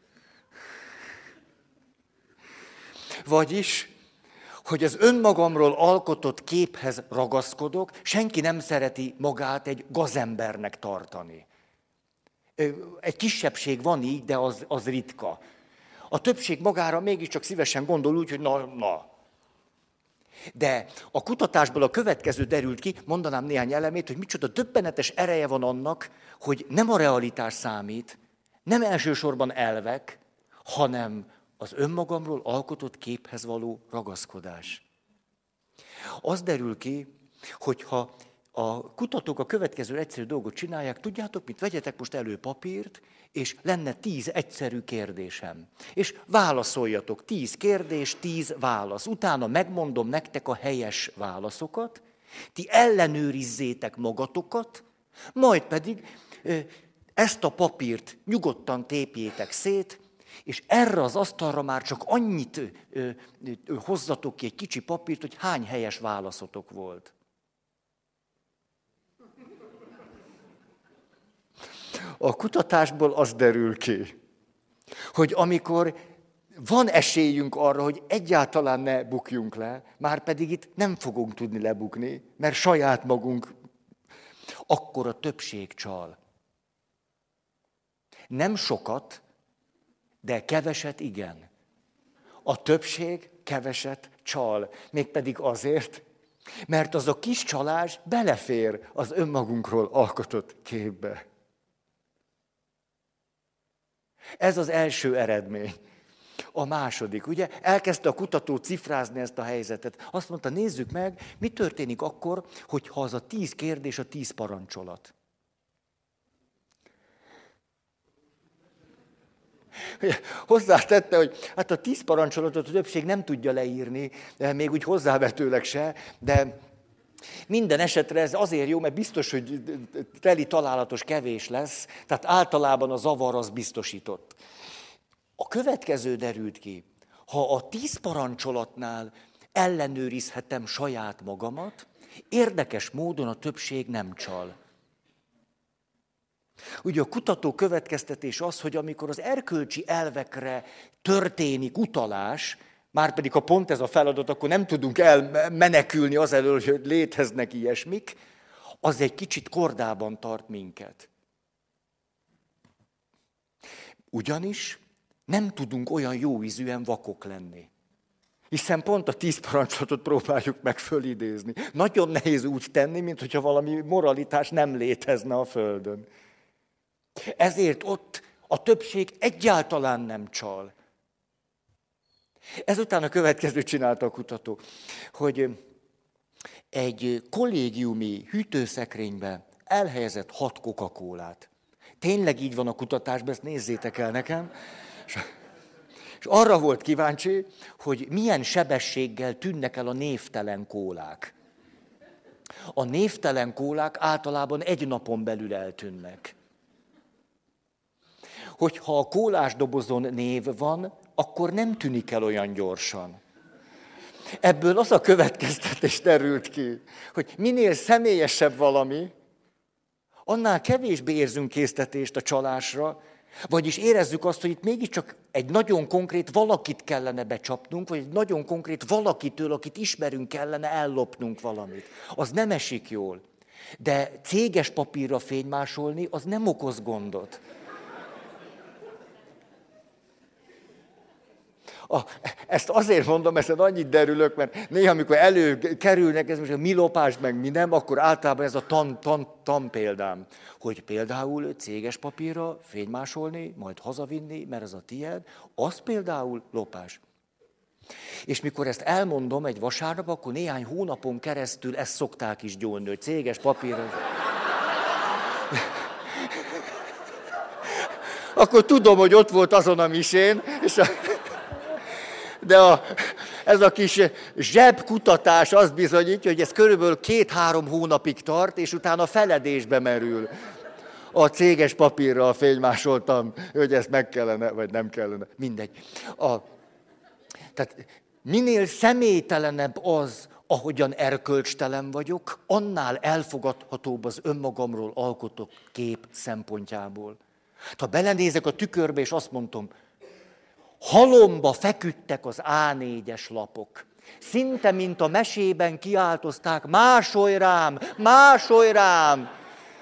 Vagyis, hogy az önmagamról alkotott képhez ragaszkodok, senki nem szereti magát egy gazembernek tartani. Egy kisebbség van így, de az, az ritka. A többség magára mégiscsak szívesen gondol úgy, hogy na, na. De a kutatásból a következő derült ki, mondanám néhány elemét, hogy micsoda döbbenetes ereje van annak, hogy nem a realitás számít, nem elsősorban elvek, hanem az önmagamról alkotott képhez való ragaszkodás. Az derül ki, hogyha a kutatók a következő egyszerű dolgot csinálják, tudjátok mit, vegyetek most elő papírt, és lenne tíz egyszerű kérdésem. És válaszoljatok, tíz kérdés, tíz válasz. Utána megmondom nektek a helyes válaszokat, ti ellenőrizzétek magatokat, majd pedig ezt a papírt nyugodtan tépjétek szét, és erre az asztalra már csak annyit ö, ö, hozzatok ki egy kicsi papírt, hogy hány helyes válaszotok volt. A kutatásból az derül ki, hogy amikor van esélyünk arra, hogy egyáltalán ne bukjunk le, már pedig itt nem fogunk tudni lebukni, mert saját magunk, akkor a többség csal. Nem sokat, de keveset igen. A többség keveset csal, mégpedig azért, mert az a kis csalás belefér az önmagunkról alkotott képbe. Ez az első eredmény. A második, ugye, elkezdte a kutató cifrázni ezt a helyzetet. Azt mondta, nézzük meg, mi történik akkor, hogyha az a tíz kérdés a tíz parancsolat. Hozzátette, hogy hát a tíz parancsolatot a többség nem tudja leírni, még úgy hozzávetőleg se, de minden esetre ez azért jó, mert biztos, hogy teli találatos kevés lesz, tehát általában a zavar az biztosított. A következő derült ki, ha a tíz parancsolatnál ellenőrizhetem saját magamat, érdekes módon a többség nem csal. Ugye a kutató következtetés az, hogy amikor az erkölcsi elvekre történik utalás, márpedig ha pont ez a feladat, akkor nem tudunk elmenekülni az elől, hogy léteznek ilyesmik, az egy kicsit kordában tart minket. Ugyanis nem tudunk olyan jó ízűen vakok lenni. Hiszen pont a tíz parancsolatot próbáljuk meg fölidézni. Nagyon nehéz úgy tenni, mint hogyha valami moralitás nem létezne a Földön. Ezért ott a többség egyáltalán nem csal. Ezután a következőt csinálta a kutató, hogy egy kollégiumi hűtőszekrénybe elhelyezett hat Coca-Colát. Tényleg így van a kutatásban, ezt nézzétek el nekem. És arra volt kíváncsi, hogy milyen sebességgel tűnnek el a névtelen kólák. A névtelen kólák általában egy napon belül eltűnnek. Hogyha a kólás dobozon név van, akkor nem tűnik el olyan gyorsan. Ebből az a következtetés derült ki, hogy minél személyesebb valami, annál kevésbé érzünk késztetést a csalásra, vagyis érezzük azt, hogy itt mégiscsak egy nagyon konkrét valakit kellene becsapnunk, vagy egy nagyon konkrét valakitől, akit ismerünk, kellene ellopnunk valamit. Az nem esik jól. De céges papírra fénymásolni, az nem okoz gondot. A, ezt azért mondom, ezen annyit derülök, mert néha, amikor előkerülnek, ez most a mi lopás, meg mi nem, akkor általában ez a tan, tan, tan példám, hogy például céges papírra fénymásolni, majd hazavinni, mert ez a tied, az például lopás. És mikor ezt elmondom egy vasárnap, akkor néhány hónapon keresztül ezt szokták is gyónni, hogy céges papírra... Akkor tudom, hogy ott volt azon a misén, és a... de a, ez a kis zsebkutatás azt bizonyítja, hogy ez körülbelül két-három hónapig tart, és utána feledésbe merül. A céges papírral fénymásoltam, hogy ezt meg kellene, vagy nem kellene, mindegy. A, tehát minél személytelenebb az, ahogyan erkölcstelen vagyok, annál elfogadhatóbb az önmagamról alkotott kép szempontjából. Ha belenézek a tükörbe, és azt mondom, halomba feküdtek az á négyes lapok. Szinte, mint a mesében kiáltozták, másolj rám, másolj rám.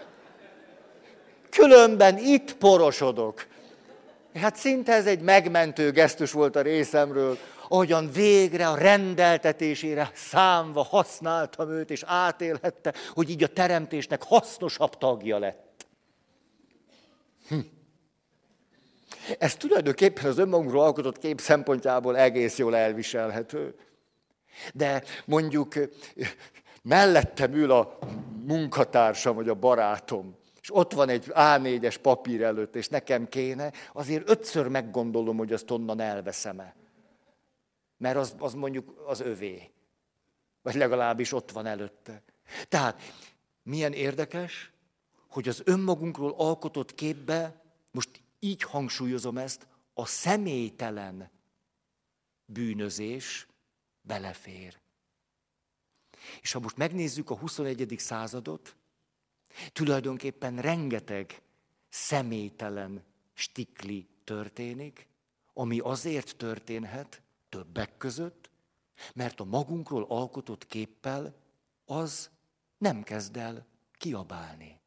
Különben itt porosodok. Hát szinte ez egy megmentő gesztus volt a részemről, ahogyan végre a rendeltetésére számva használtam őt, és átélhette, hogy így a teremtésnek hasznosabb tagja lett. Hm. Ez tulajdonképpen az önmagunkról alkotott kép szempontjából egész jól elviselhető. De mondjuk mellettem ül a munkatársam, vagy a barátom, és ott van egy á négyes papír előtt, és nekem kéne, azért ötször meggondolom, hogy azt onnan elveszem-e. Mert az, az mondjuk az övé. Vagy legalábbis ott van előtte. Tehát milyen érdekes, hogy az önmagunkról alkotott képbe, most így hangsúlyozom ezt, a személytelen bűnözés belefér. És ha most megnézzük a huszonegyedik századot, tulajdonképpen rengeteg személytelen stikli történik, ami azért történhet többek között, mert a magunkról alkotott képpel az nem kezd el kiabálni.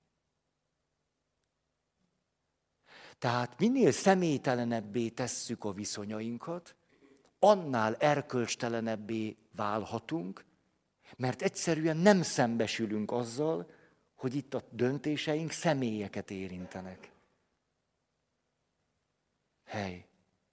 Tehát minél személytelenebbé tesszük a viszonyainkat, annál erkölcstelenebbé válhatunk, mert egyszerűen nem szembesülünk azzal, hogy itt a döntéseink személyeket érintenek. Hely.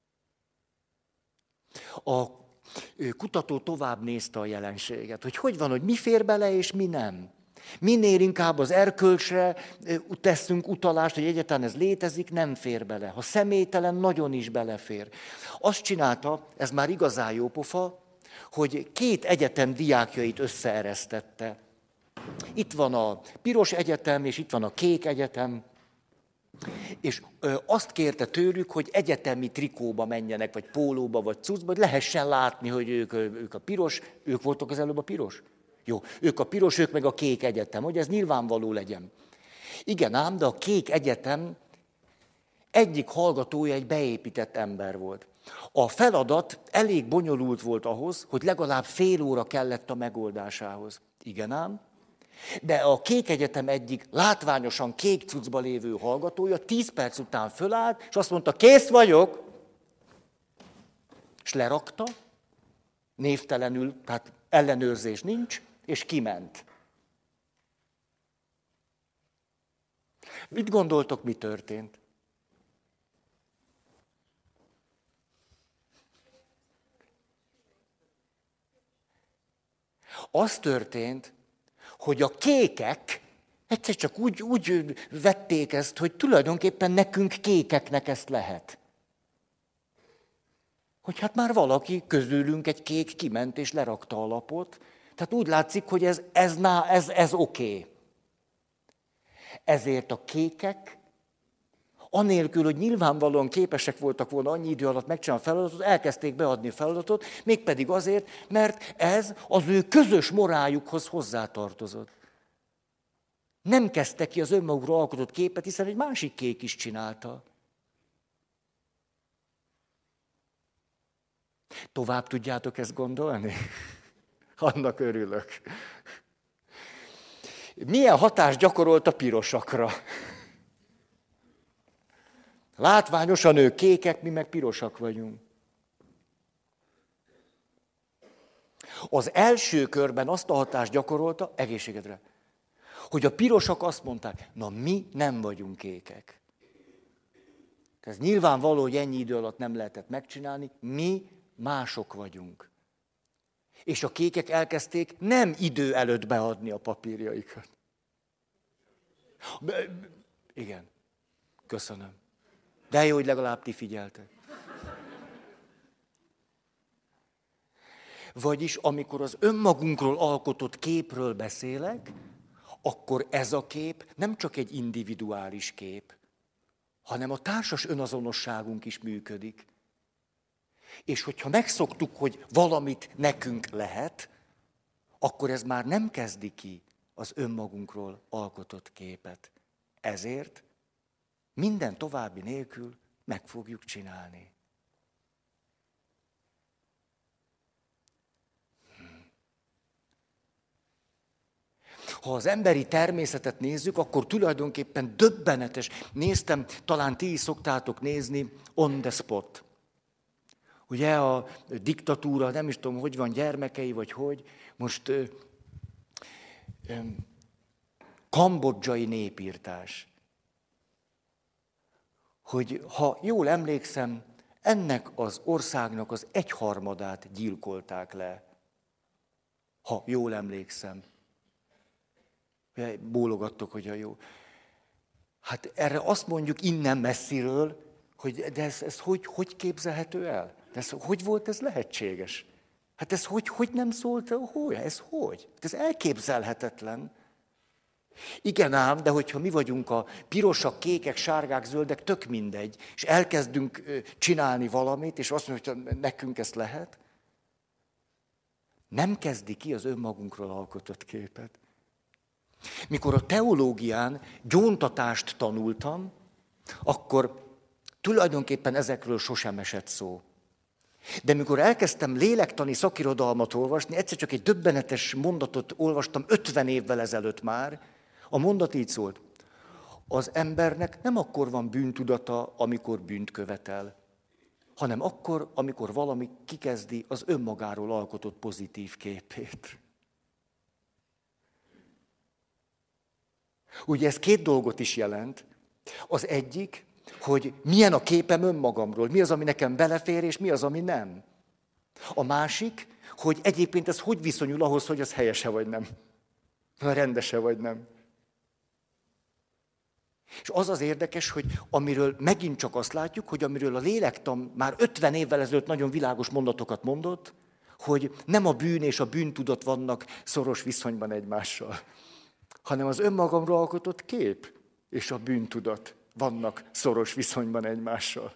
A kutató tovább nézte a jelenséget, hogy hogy van, hogy mi fér bele, és mi nem. Minél inkább az erkölcsre teszünk utalást, hogy egyáltalán ez létezik, nem fér bele. Ha személytelen, nagyon is belefér. Azt csinálta, ez már igazán jó pofa, hogy két egyetem diákjait összeeresztette. Itt van a piros egyetem, és itt van a kék egyetem, és azt kérte tőlük, hogy egyetemi trikóba menjenek, vagy pólóba, vagy cuccba, hogy lehessen látni, hogy ők, ők a piros, ők voltak az előbb a piros? Jó, ők a piros, ők meg a kék egyetem, hogy ez nyilvánvaló legyen. Igen ám, de a kék egyetem egyik hallgatója egy beépített ember volt. A feladat elég bonyolult volt ahhoz, hogy legalább fél óra kellett a megoldásához. Igen ám, de a kék egyetem egyik látványosan kék cuccba lévő hallgatója tíz perc után fölállt, és azt mondta, kész vagyok, és lerakta, névtelenül, tehát ellenőrzés nincs, és kiment. Mit gondoltok, mi történt? Az történt, hogy a kékek egyszer csak úgy, úgy vették ezt, hogy tulajdonképpen nekünk kékeknek ezt lehet. Hogy hát már valaki közülünk egy kék kiment és lerakta a lapot. Tehát úgy látszik, hogy ez, ez, ez, ez oké. Okay. Ezért a kékek, anélkül, hogy nyilvánvalóan képesek voltak volna annyi idő alatt megcsinálni a feladatot, elkezdték beadni a feladatot, mégpedig azért, mert ez az ő közös moráljukhoz hozzátartozott. Nem kezdte ki az önmagukról alkotott képet, hiszen egy másik kék is csinálta. Tovább tudjátok ezt gondolni? Annak örülök. Milyen hatást gyakorolt a pirosakra? Látványosan ők kékek, mi meg pirosak vagyunk. Az első körben azt a hatást gyakorolta, egészségedre, hogy a pirosak azt mondták, na mi nem vagyunk kékek. Ez nyilvánvaló, hogy ennyi idő alatt nem lehetett megcsinálni, mi mások vagyunk. És a kékek elkezdték nem idő előtt beadni a papírjaikat. Igen, köszönöm. De jó, hogy legalább ti figyeltek. Vagyis amikor az önmagunkról alkotott képről beszélek, akkor ez a kép nem csak egy individuális kép, hanem a társas önazonosságunk is működik. És hogyha megszoktuk, hogy valamit nekünk lehet, akkor ez már nem kezdi ki az önmagunkról alkotott képet. Ezért minden további nélkül meg fogjuk csinálni. Ha az emberi természetet nézzük, akkor tulajdonképpen döbbenetes. Néztem, talán ti is szoktátok nézni, On the Spot. Ugye a diktatúra, nem is tudom, hogy van, gyermekei, vagy hogy. Most ö, ö, kambodzsai népírtás. Hogy ha jól emlékszem, ennek az országnak az egyharmadát gyilkolták le. Ha jól emlékszem. Bólogattok, hogy a jó. Hát erre azt mondjuk innen messziről, hogy de ez, ez hogy, hogy képzelhető el? De ez, hogy volt ez lehetséges? Hát ez hogy, hogy nem szólt? Hogy? Ez hogy? Ez elképzelhetetlen. Igen ám, de hogyha mi vagyunk a pirosak, kékek, sárgák, zöldek, tök mindegy, és elkezdünk csinálni valamit, és azt mondjuk, hogy nekünk ezt lehet, nem kezdi ki az önmagunkról alkotott képet. Mikor a teológián gyóntatást tanultam, akkor tulajdonképpen ezekről sosem esett szó. De mikor elkezdtem lélektani szakirodalmat olvasni, egyszer csak egy döbbenetes mondatot olvastam ötven évvel ezelőtt már. A mondat így szólt: az embernek nem akkor van bűntudata, amikor bűnt követel, hanem akkor, amikor valami kikezdi az önmagáról alkotott pozitív képét. Ugye ez két dolgot is jelent. Az egyik, hogy milyen a képem önmagamról, mi az, ami nekem belefér, és mi az, ami nem. A másik, hogy egyébként ez hogy viszonyul ahhoz, hogy az helyese vagy nem. Rendese vagy nem. És az az érdekes, hogy amiről megint csak azt látjuk, hogy amiről a lélektan már ötven évvel ezelőtt nagyon világos mondatokat mondott, hogy nem a bűn és a bűntudat vannak szoros viszonyban egymással, hanem az önmagamról alkotott kép és a bűntudat vannak szoros viszonyban egymással.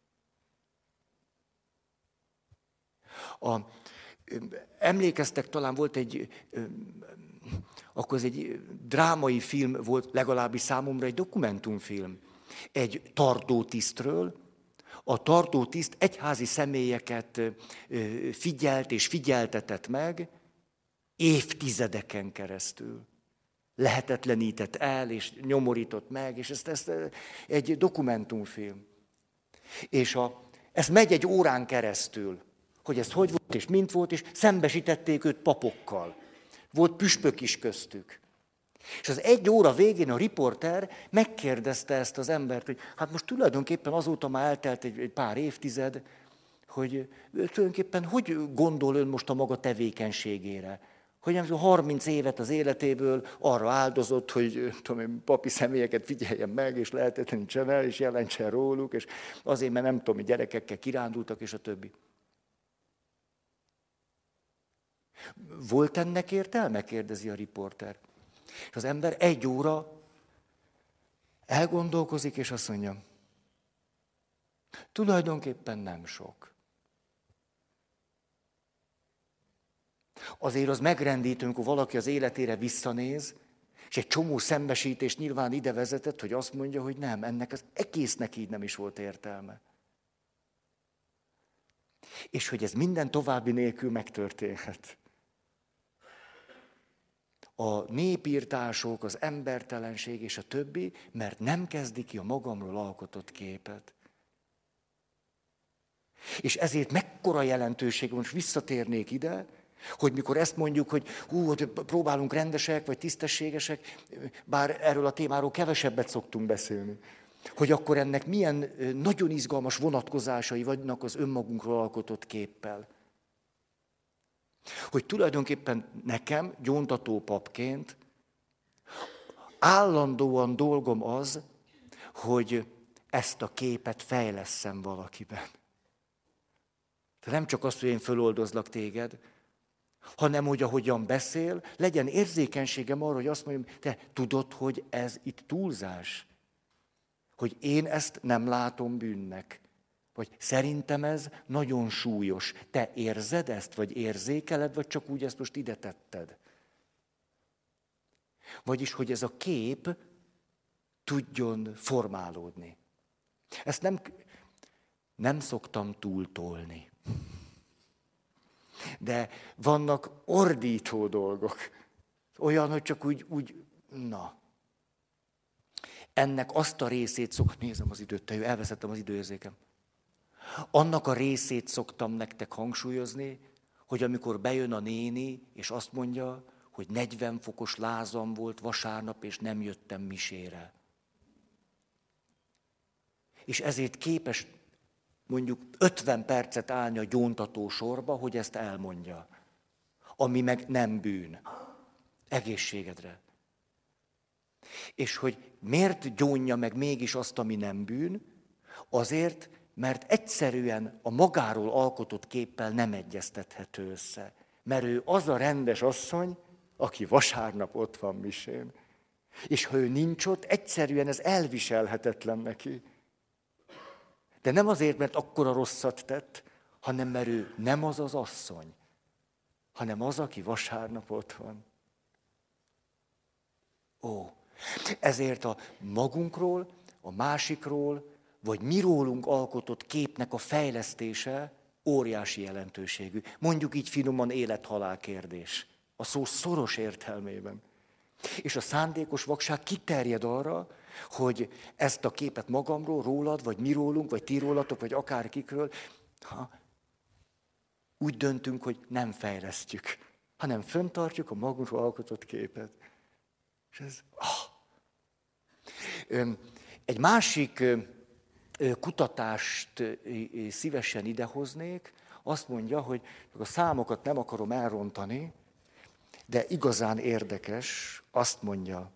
A, emlékeztek, talán volt egy, akkor ez egy drámai film volt, legalábbis számomra egy dokumentumfilm. Egy tartótisztről. A tartótiszt egyházi személyeket figyelt és figyeltetett meg évtizedeken keresztül. Lehetetlenített el, és nyomorított meg, és ezt, ezt egy dokumentumfilm. És a, ez megy egy órán keresztül, hogy ez hogy volt, és mint volt, és szembesítették őt papokkal. Volt püspök is köztük. És az egy óra végén a riporter megkérdezte ezt az embert, hogy hát most tulajdonképpen azóta már eltelt egy, egy pár évtized, hogy tulajdonképpen hogy gondol ön most a maga tevékenységére? Hogy nem tudom, harminc évet az életéből arra áldozott, hogy tudom, papi személyeket figyeljen meg, és lehetetlenítsen el, és jelentsen róluk, és azért, mert nem tudom, gyerekekkel kirándultak, és a többi. Volt ennek értelme? Kérdezi a riporter. És az ember egy óra elgondolkozik, és azt mondja, tulajdonképpen nem sok. Azért az megrendítő, amikor valaki az életére visszanéz, és egy csomó szembesítés nyilván ide vezetett, hogy azt mondja, hogy nem, ennek az egésznek így nem is volt értelme. És hogy ez minden további nélkül megtörténhet. A népírtások, az embertelenség és a többi, mert nem kezdi ki a magamról alkotott képet. És ezért mekkora jelentőség, most visszatérnék ide, Hogy mikor ezt mondjuk, hogy hú, próbálunk rendesek vagy tisztességesek, bár erről a témáról kevesebbet szoktunk beszélni, hogy akkor ennek milyen nagyon izgalmas vonatkozásai vannak az önmagunkról alkotott képpel. Hogy tulajdonképpen nekem, gyóntató papként, állandóan dolgom az, hogy ezt a képet fejlesszem valakiben. Tehát nem csak azt, hogy én föloldozlak téged, hanem hogy ahogyan beszél, legyen érzékenységem arra, hogy azt mondjam, te tudod, hogy ez itt túlzás? Hogy én ezt nem látom bűnnek. Vagy szerintem ez nagyon súlyos. Te érzed ezt, vagy érzékeled, vagy csak úgy ezt most ide tetted? Vagyis, hogy ez a kép tudjon formálódni. Ezt nem, nem szoktam túltolni. De vannak ordító dolgok. Olyan, hogy csak úgy, úgy na. Ennek azt a részét szoktam, nézem az időt, te elveszettem az időérzékem. Annak a részét szoktam nektek hangsúlyozni, hogy amikor bejön a néni, és azt mondja, hogy negyven fokos lázam volt vasárnap, és nem jöttem misére. És ezért képes mondjuk ötven percet állni a gyóntató sorba, hogy ezt elmondja. Ami meg nem bűn. Egészségedre. És hogy miért gyónja meg mégis azt, ami nem bűn? Azért, mert egyszerűen a magáról alkotott képpel nem egyeztethető össze. Mert ő az a rendes asszony, aki vasárnap ott van misén. És ha ő nincs ott, egyszerűen ez elviselhetetlen neki. De nem azért, mert akkora rosszat tett, hanem mert ő nem az az asszony, hanem az, aki vasárnap ott van. Ó, ezért a magunkról, a másikról, vagy mirólunk alkotott képnek a fejlesztése óriási jelentőségű. Mondjuk így finoman élet-halál kérdés. A szó szoros értelmében. És a szándékos vakság kiterjed arra, hogy ezt a képet magamról, rólad, vagy mi rólunk, vagy ti rólatok, vagy akárkikről, ha úgy döntünk, hogy nem fejlesztjük, hanem fenntartjuk a magunkról alkotott képet. És ez... Ah. Egy másik kutatást szívesen idehoznék, azt mondja, hogy a számokat nem akarom elrontani, de igazán érdekes, azt mondja,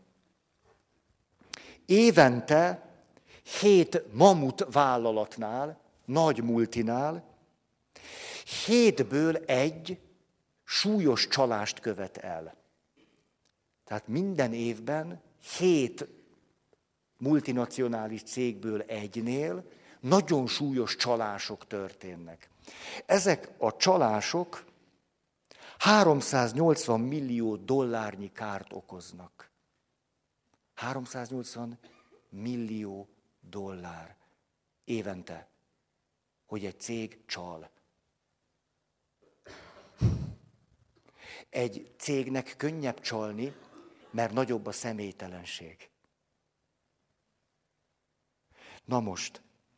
évente hét mamut vállalatnál, nagy multinál, hétből egy súlyos csalást követ el. Tehát minden évben hét multinacionális cégből egynél nagyon súlyos csalások történnek. Ezek a csalások háromszáznyolcvan millió dollárnyi kárt okoznak. háromszáznyolcvan millió dollár évente, hogy egy cég csal. Egy cégnek könnyebb csalni, mert nagyobb a személytelenség. Na most,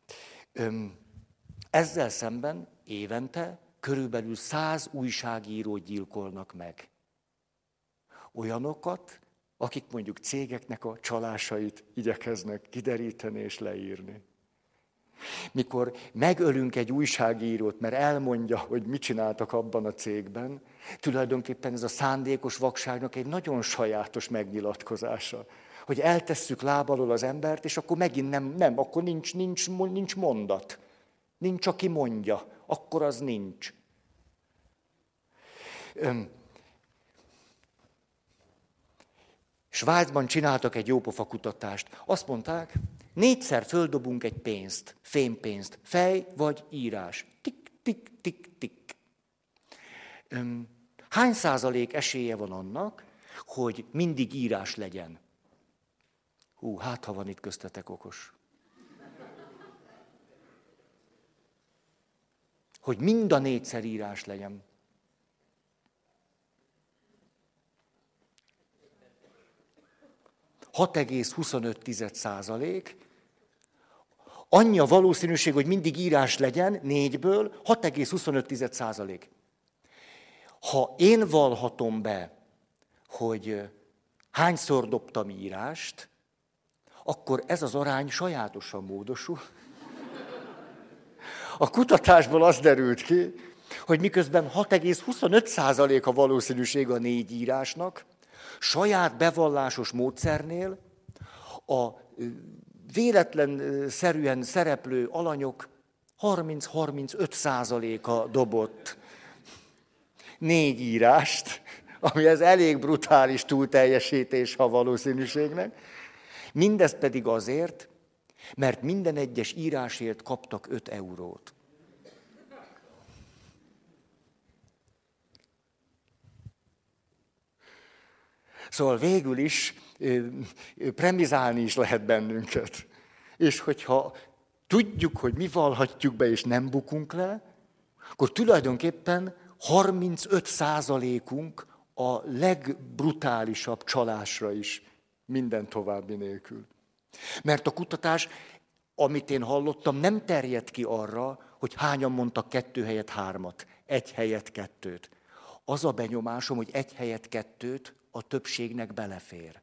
ezzel szemben évente körülbelül száz újságírót gyilkolnak meg. Olyanokat, akik mondjuk cégeknek a csalásait igyekeznek kideríteni és leírni. Mikor megölünk egy újságírót, mert elmondja, hogy mit csináltak abban a cégben, tulajdonképpen ez a szándékos vakságnak egy nagyon sajátos megnyilatkozása. Hogy eltesszük láb alól az embert, és akkor megint nem, nem akkor nincs, nincs, nincs mondat. Nincs, aki mondja, akkor az nincs. Öm. Svájcban csináltak egy jópofa kutatást. Azt mondták, négyszer földobunk egy pénzt, fémpénzt, fej vagy írás. Tik, tik, tik, tik. Öm. Hány százalék esélye van annak, hogy mindig írás legyen? Hú, hát ha van itt köztetek okos. Hogy mind a négyszer írás legyen. hat egész huszonöt százalék. Annyi a valószínűség, hogy mindig írás legyen, négyből, hat egész huszonöt százalék. Ha én vallhatom be, hogy hányszor dobtam írást, akkor ez az arány sajátosan módosul. A kutatásból az derült ki, hogy miközben hat egész huszonöt százalék a valószínűség a négy írásnak, saját bevallásos módszernél a véletlenszerűen szereplő alanyok harminc-harmincöt százaléka dobott négy írást, ami ez elég brutális túlteljesítés a valószínűségnek. Mindez pedig azért, mert minden egyes írásért kaptak öt eurót. Szóval végül is premizálni is lehet bennünket. És hogyha tudjuk, hogy mi vallhatjuk be, és nem bukunk le, akkor tulajdonképpen harmincöt százalékunk a legbrutálisabb csalásra is, minden további nélkül. Mert a kutatás, amit én hallottam, nem terjed ki arra, hogy hányan mondtak kettő helyett hármat, egy helyett kettőt. Az a benyomásom, hogy egy helyett kettőt a többségnek belefér.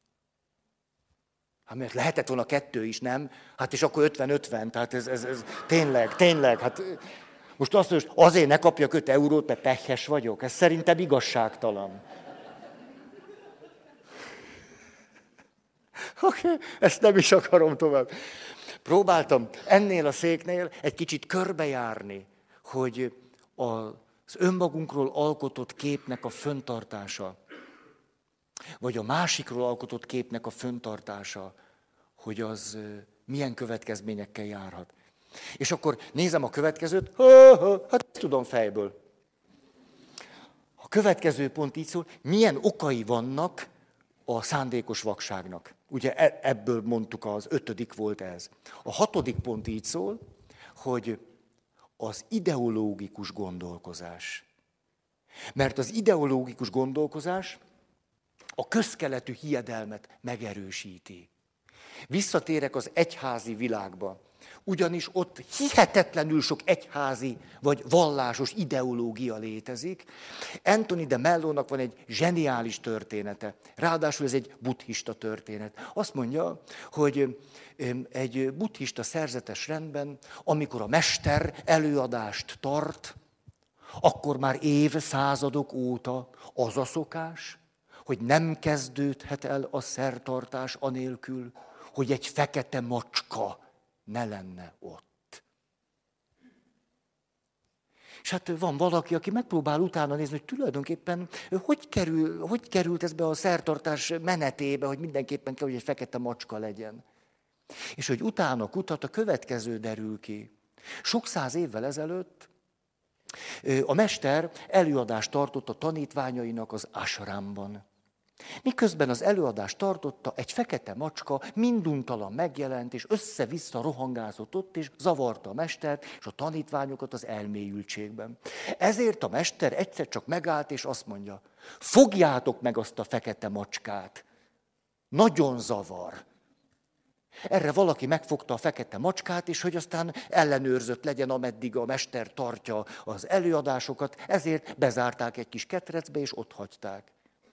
Hát mert lehetett volna kettő is, nem? Hát és akkor ötven-ötven, tehát ez, ez, ez tényleg, tényleg, hát most azt mondja, hogy azért ne kapjak öt eurót, mert pehhes vagyok. Ez szerintem igazságtalan. Oké, okay, ezt nem is akarom tovább. Próbáltam ennél a széknél egy kicsit körbejárni, hogy az önmagunkról alkotott képnek a föntartása, vagy a másikról alkotott képnek a föntartása, hogy az milyen következményekkel járhat. És akkor nézem a következőt, hát ezt tudom fejből. A következő pont így szól, milyen okai vannak a szándékos vakságnak. Ugye ebből mondtuk, az ötödik volt ez. A hatodik pont így szól, hogy az ideológikus gondolkozás. Mert az ideológikus gondolkozás a közkeletű hiedelmet megerősíti. Visszatérek az egyházi világba, ugyanis ott hihetetlenül sok egyházi vagy vallásos ideológia létezik. Anthony de Mellónak van egy zseniális története, ráadásul ez egy buddhista történet. Azt mondja, hogy egy buddhista szerzetes rendben, amikor a mester előadást tart, akkor már évszázadok óta az a szokás, hogy nem kezdődhet el a szertartás anélkül, hogy egy fekete macska ne lenne ott. És hát van valaki, aki megpróbál utána nézni, hogy tulajdonképpen hogy, kerül, hogy került ez be a szertartás menetébe, hogy mindenképpen kell, hogy egy fekete macska legyen. És hogy utána kutat, a következő derül ki. Sok száz évvel ezelőtt a mester előadást tartott a tanítványainak az ashramban. Miközben az előadást tartotta, egy fekete macska minduntalan megjelent, és össze-vissza rohangázott ott, és zavarta a mestert és a tanítványokat az elmélyültségben. Ezért a mester egyszer csak megállt, és azt mondja, fogjátok meg azt a fekete macskát. Nagyon zavar. Erre valaki megfogta a fekete macskát, és hogy aztán ellenőrzött legyen, ameddig a mester tartja az előadásokat, ezért bezárták egy kis ketrecbe, és ott hagyták.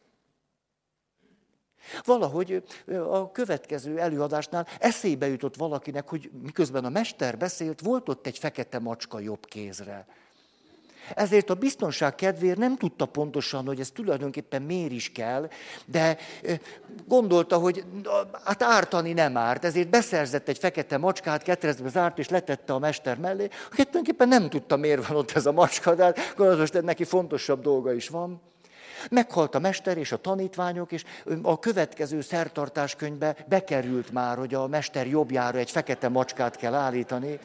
Valahogy a következő előadásnál eszébe jutott valakinek, hogy miközben a mester beszélt, volt ott egy fekete macska jobb kézre. Ezért a biztonság kedvéért nem tudta pontosan, hogy ez tulajdonképpen miért is kell, de gondolta, hogy hát ártani nem árt, ezért beszerzett egy fekete macskát, ketrecbe zárt, és letette a mester mellé. Tulajdonképpen nem tudta, miért van ott ez a macska, de gondolta, hogy neki fontosabb dolga is van. Meghalt a mester és a tanítványok, és a következő szertartáskönyvbe bekerült már, hogy a mester jobbjára egy fekete macskát kell állítani.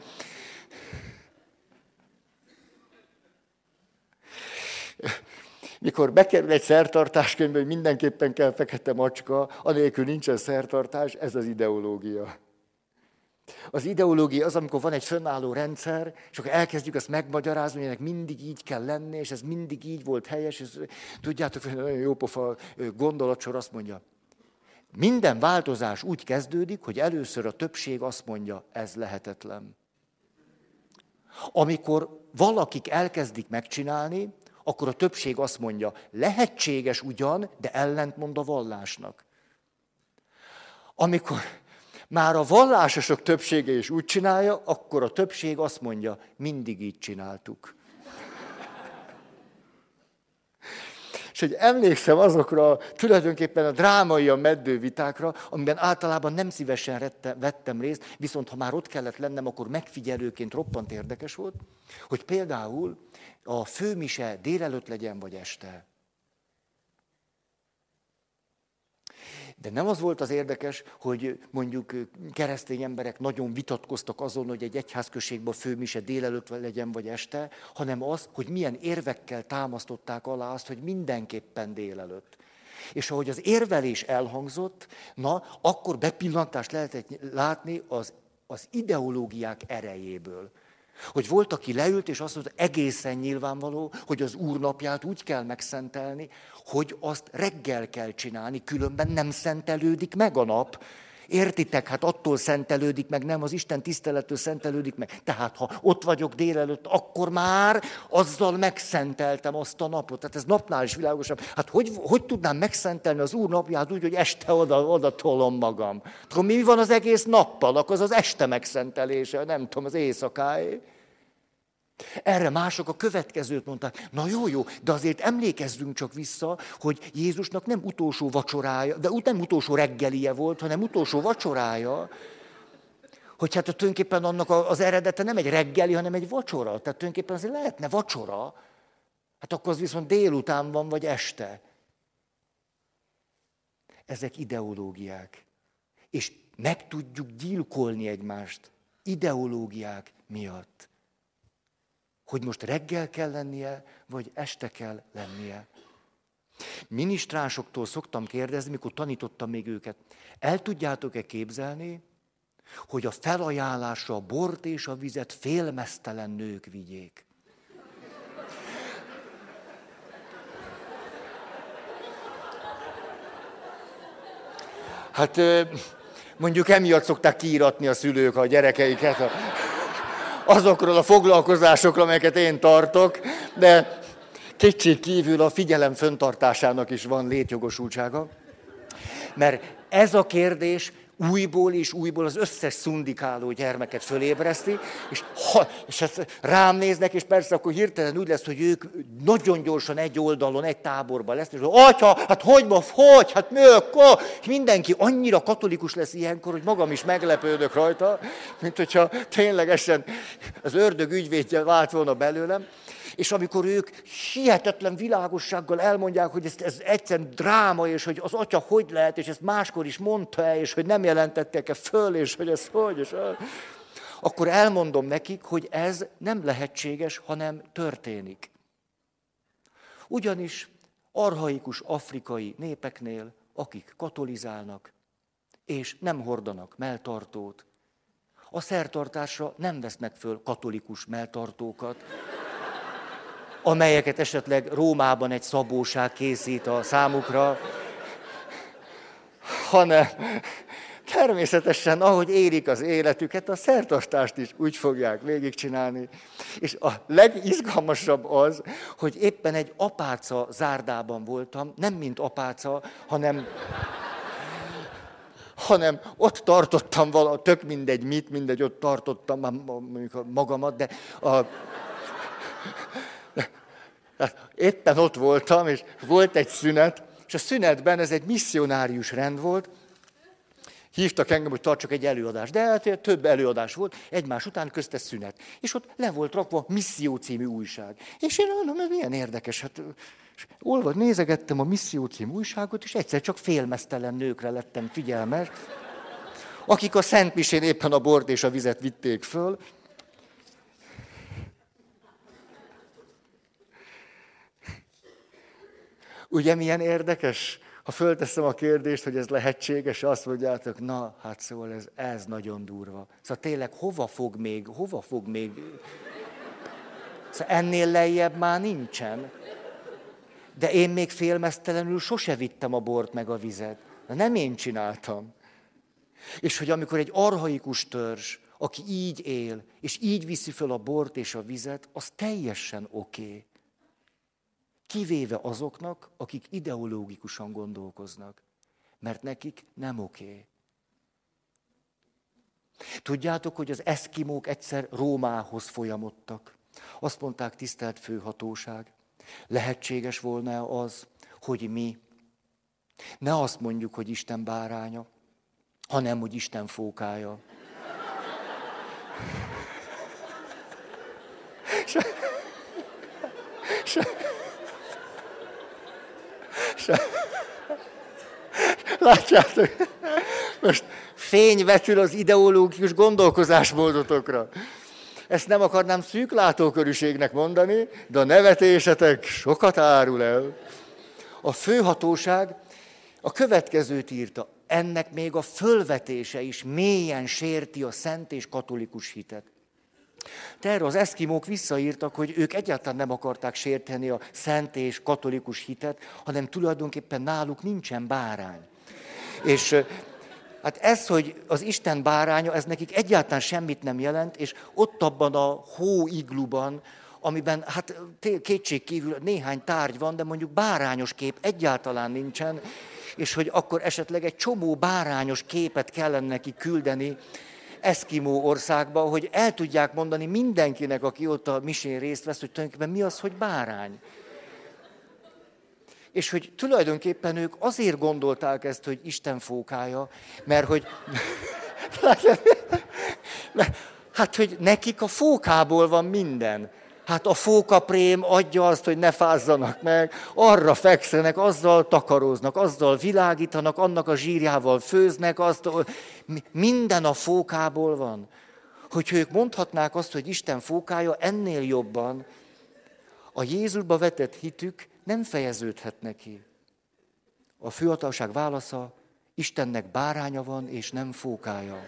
Mikor bekerül egy szertartáskönyvbe, hogy mindenképpen kell fekete macska, anélkül nincsen szertartás, ez az ideológia. Az ideológia az, amikor van egy fönnálló rendszer, és akkor elkezdjük azt megmagyarázni, hogy ennek mindig így kell lenni, és ez mindig így volt helyes, és tudjátok, hogy nagyon jópofa gondolatsor azt mondja, minden változás úgy kezdődik, hogy először a többség azt mondja, ez lehetetlen. Amikor valakik elkezdik megcsinálni, akkor a többség azt mondja, lehetséges ugyan, de ellentmond a vallásnak. Amikor már a vallásosok többsége is úgy csinálja, akkor a többség azt mondja, mindig így csináltuk. És hogy emlékszem azokra tulajdonképpen a drámaian meddő vitákra, amiben általában nem szívesen rettem, vettem részt, viszont ha már ott kellett lennem, akkor megfigyelőként roppant érdekes volt, hogy például a főmise délelőtt legyen vagy este. De nem az volt az érdekes, hogy mondjuk keresztény emberek nagyon vitatkoztak azon, hogy egy egyházközségben a főmise délelőtt legyen vagy este, hanem az, hogy milyen érvekkel támasztották alá azt, hogy mindenképpen délelőtt. És ahogy az érvelés elhangzott, na, akkor bepillantást lehetett látni az, az ideológiák erejéből. Hogy volt, aki leült, és azt mondta, egészen nyilvánvaló, hogy az Úr napját úgy kell megszentelni, hogy azt reggel kell csinálni, különben nem szentelődik meg a nap. Értitek? Hát attól szentelődik meg, nem az Isten tisztelettől szentelődik meg. Tehát ha ott vagyok délelőtt, akkor már azzal megszenteltem azt a napot. Tehát ez napnál is világosabb. Hát hogy, hogy tudnám megszentelni az Úr napját úgy, hogy este oda, oda tolom magam? Akkor mi van az egész nappal? Akkor az az este megszentelése, nem tudom, az éjszakáé. Erre mások a következőt mondták, na jó, jó, de azért emlékezzünk csak vissza, hogy Jézusnak nem utolsó vacsorája, de nem utolsó reggelie volt, hanem utolsó vacsorája, hogy hát tulajdonképpen annak az eredete nem egy reggeli, hanem egy vacsora. Tehát tulajdonképpen azért lehetne vacsora, hát akkor az viszont délután van, vagy este. Ezek ideológiák. És meg tudjuk gyilkolni egymást ideológiák miatt. Hogy most reggel kell lennie, vagy este kell lennie. Minisztránsoktól szoktam kérdezni, mikor tanítottam még őket. El tudjátok-e képzelni, hogy a felajánlásra a bort és a vizet félmeztelen nők vigyék? Hát mondjuk emiatt szokták kiíratni a szülők a gyerekeiket a, azokról a foglalkozásokról, amelyeket én tartok, de kétség kívül a figyelem fenntartásának is van létjogosultsága. Mert ez a kérdés újból és újból az összes szundikáló gyermeket fölébreszti, és, ha, és ezt rám néznek, és persze akkor hirtelen úgy lesz, hogy ők nagyon gyorsan egy oldalon, egy táborban lesznek, és atya, hát hogy ma, hogy, hát mi akkor? Mindenki annyira katolikus lesz ilyenkor, hogy magam is meglepődök rajta, mint hogyha ténylegesen az ördög ügyvédje vált volna belőlem. És amikor ők hihetetlen világossággal elmondják, hogy ez, ez egyszerűen dráma, és hogy az atya hogy lehet, és ezt máskor is mondta-e, és hogy nem jelentettek-e föl, és hogy ez hogy, és akkor elmondom nekik, hogy ez nem lehetséges, hanem történik. Ugyanis archaikus afrikai népeknél, akik katolizálnak, és nem hordanak melltartót, a szertartásra nem vesznek föl katolikus melltartókat, amelyeket esetleg Rómában egy szabóság készít a számukra, hanem természetesen, ahogy érik az életüket, a szertartást is úgy fogják végigcsinálni. És a legizgalmasabb az, hogy éppen egy apáca zárdában voltam, nem mint apáca, hanem... hanem ott tartottam vala, tök mindegy mit, mindegy, ott tartottam mondjuk magamat, de a... éppen ott voltam, és volt egy szünet, és a szünetben ez egy misszionárius rend volt, hívtak engem, hogy tartsak egy előadást, de hát több előadás volt, egymás után köztes szünet. És ott le volt rakva Misszió című újság. És én mondom, ez milyen érdekes, hát olvad, nézegettem a Misszió című újságot, és egyszer csak félmeztelen nőkre lettem figyelmes, akik a szentmisén éppen a bort és a vizet vitték föl. Ugye milyen érdekes, ha fölteszem a kérdést, hogy ez lehetséges, azt mondjátok, na, hát szóval ez, ez nagyon durva. Szóval tényleg hova fog még, hova fog még... Szóval ennél lejjebb már nincsen. De én még félmeztelenül sose vittem a bort meg a vizet. De nem én csináltam. És hogy amikor egy archaikus törzs, aki így él, és így viszi föl a bort és a vizet, az teljesen oké. Kivéve azoknak, akik ideológikusan gondolkoznak. Mert nekik nem oké. Tudjátok, hogy az eszkimók egyszer Rómához folyamodtak. Azt mondták, tisztelt főhatóság, lehetséges volna az, hogy mi ne azt mondjuk, hogy Isten báránya, hanem, hogy Isten fókája. Se, se, se, látjátok? Most fény vetül az ideológikus gondolkozásmódotokra. Ezt nem akarnám szűk látókörűségnek mondani, de a nevetésetek sokat árul el. A főhatóság a következőt írta, ennek még a fölvetése is mélyen sérti a szent és katolikus hitet. De erre az eszkimók visszaírtak, hogy ők egyáltalán nem akarták sérteni a szent és katolikus hitet, hanem tulajdonképpen náluk nincsen bárány. És hát ez, hogy az Isten báránya, ez nekik egyáltalán semmit nem jelent, és ott abban a hóigluban, amiben hát kétségkívül néhány tárgy van, de mondjuk bárányos kép egyáltalán nincsen, és hogy akkor esetleg egy csomó bárányos képet kellene neki küldeni eszkimó országba, hogy el tudják mondani mindenkinek, aki ott a misén részt vesz, hogy tulajdonképpen mi az, hogy bárány. És hogy tulajdonképpen ők azért gondolták ezt, hogy Isten fókája, mert hogy... hát, hogy nekik a fókából van minden. Hát a fókaprém adja azt, hogy ne fázzanak meg, arra fekszenek, azzal takaróznak, azzal világítanak, annak a zsírjával főznek, azt, minden a fókából van. Hogyha ők mondhatnák azt, hogy Isten fókája, ennél jobban a Jézusba vetett hitük nem fejeződhet neki. A főhatóság válasza, Istennek báránya van, és nem fókája.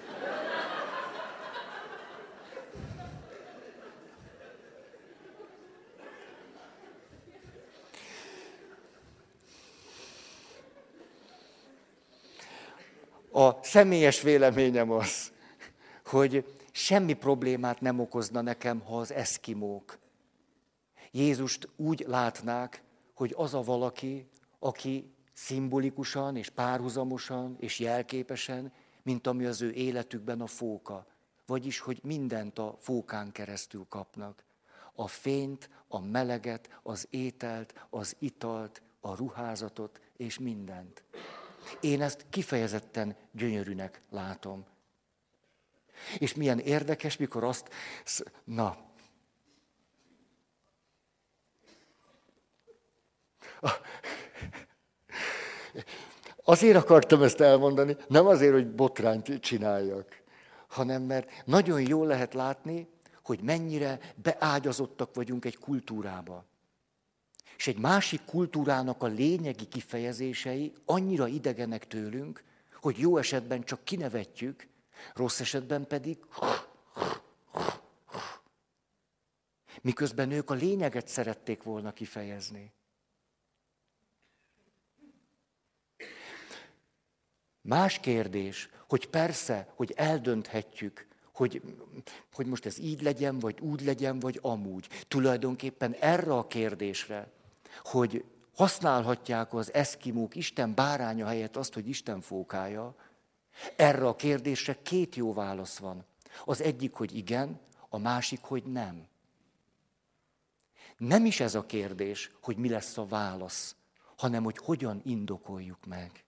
A személyes véleményem az, hogy semmi problémát nem okozna nekem, ha az eszkimók Jézust úgy látnák, hogy az a valaki, aki szimbolikusan és párhuzamosan és jelképesen, mint ami az ő életükben a fóka. Vagyis, hogy mindent a fókán keresztül kapnak. A fényt, a meleget, az ételt, az italt, a ruházatot és mindent. Én ezt kifejezetten gyönyörűnek látom. És milyen érdekes, mikor azt... Na... Azért akartam ezt elmondani, nem azért, hogy botrányt csináljak, hanem mert nagyon jól lehet látni, hogy mennyire beágyazottak vagyunk egy kultúrába. És egy másik kultúrának a lényegi kifejezései annyira idegenek tőlünk, hogy jó esetben csak kinevetjük, rossz esetben pedig... Miközben ők a lényeget szerették volna kifejezni. Más kérdés, hogy persze, hogy eldönthetjük, hogy, hogy most ez így legyen, vagy úgy legyen, vagy amúgy. Tulajdonképpen erre a kérdésre, hogy használhatják az eszkimók Isten báránya helyett azt, hogy Isten fókája, erre a kérdésre két jó válasz van. Az egyik, hogy igen, a másik, hogy nem. Nem is ez a kérdés, hogy mi lesz a válasz, hanem hogy hogyan indokoljuk meg.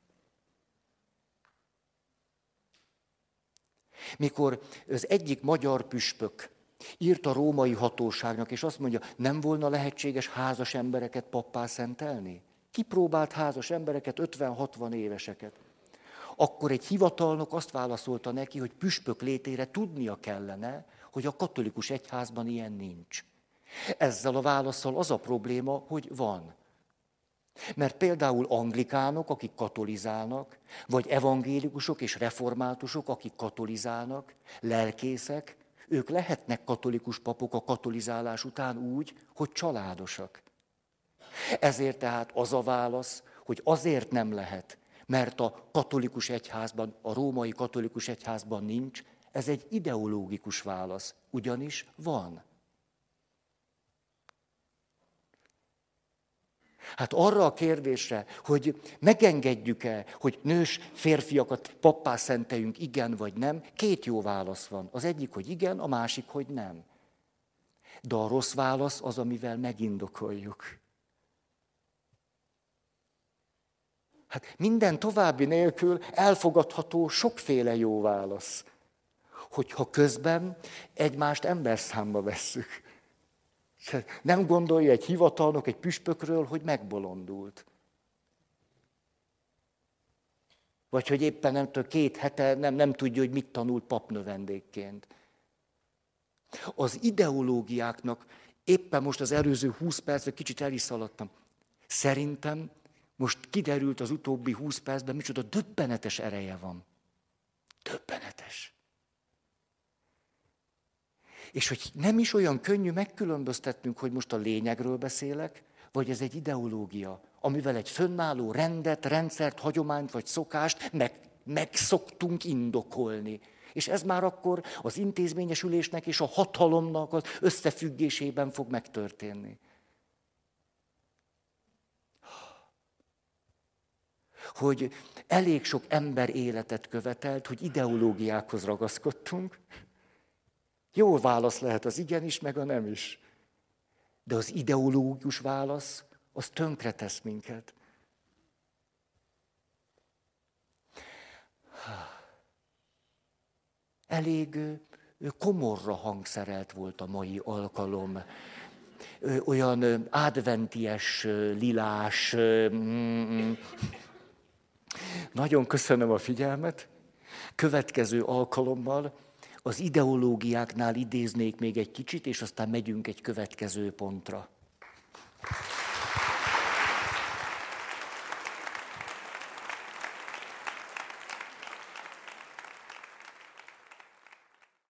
Mikor az egyik magyar püspök írt a római hatóságnak, és azt mondja, nem volna lehetséges házas embereket pappá szentelni? Kipróbált házas embereket, ötven-hatvan éveseket. Akkor egy hivatalnok azt válaszolta neki, hogy püspök létére tudnia kellene, hogy a katolikus egyházban ilyen nincs. Ezzel a válaszsal az a probléma, hogy van. Mert például anglikánok, akik katolizálnak, vagy evangélikusok és reformátusok, akik katolizálnak, lelkészek, ők lehetnek katolikus papok a katolizálás után úgy, hogy családosak. Ezért tehát az a válasz, hogy azért nem lehet, mert a katolikus egyházban, a római katolikus egyházban nincs, ez egy ideológikus válasz, ugyanis van. Hát arra a kérdésre, hogy megengedjük-e, hogy nős férfiakat pappá szenteljünk, igen vagy nem, két jó válasz van. Az egyik, hogy igen, a másik, hogy nem. De a rossz válasz az, amivel megindokoljuk. Hát minden további nélkül elfogadható sokféle jó válasz, hogyha közben egymást emberszámba vesszük. Nem gondolja egy hivatalnok egy püspökről, hogy megbolondult. Vagy hogy éppen nem tudom, két hete nem, nem tudja, hogy mit tanult papnövendékként. Az ideológiáknak éppen most az előző húsz percben kicsit el is szaladtam. Szerintem most kiderült az utóbbi húsz percben, micsoda döbbenetes ereje van. Döbbenetes. És hogy nem is olyan könnyű megkülönböztetnünk, hogy most a lényegről beszélek, vagy ez egy ideológia, amivel egy fönnálló rendet, rendszert, hagyományt vagy szokást meg, meg szoktunk indokolni. És ez már akkor az intézményesülésnek és a hatalomnak az összefüggésében fog megtörténni. Hogy elég sok ember életet követelt, hogy ideológiákhoz ragaszkodtunk. Jó válasz lehet az igen is, meg a nem is. De az ideológius válasz, az tönkretesz minket. Elég komorra hangszerelt volt a mai alkalom. Olyan adventies, lilás. Nagyon köszönöm a figyelmet. Következő alkalommal az ideológiáknál idéznék még egy kicsit, és aztán megyünk egy következő pontra.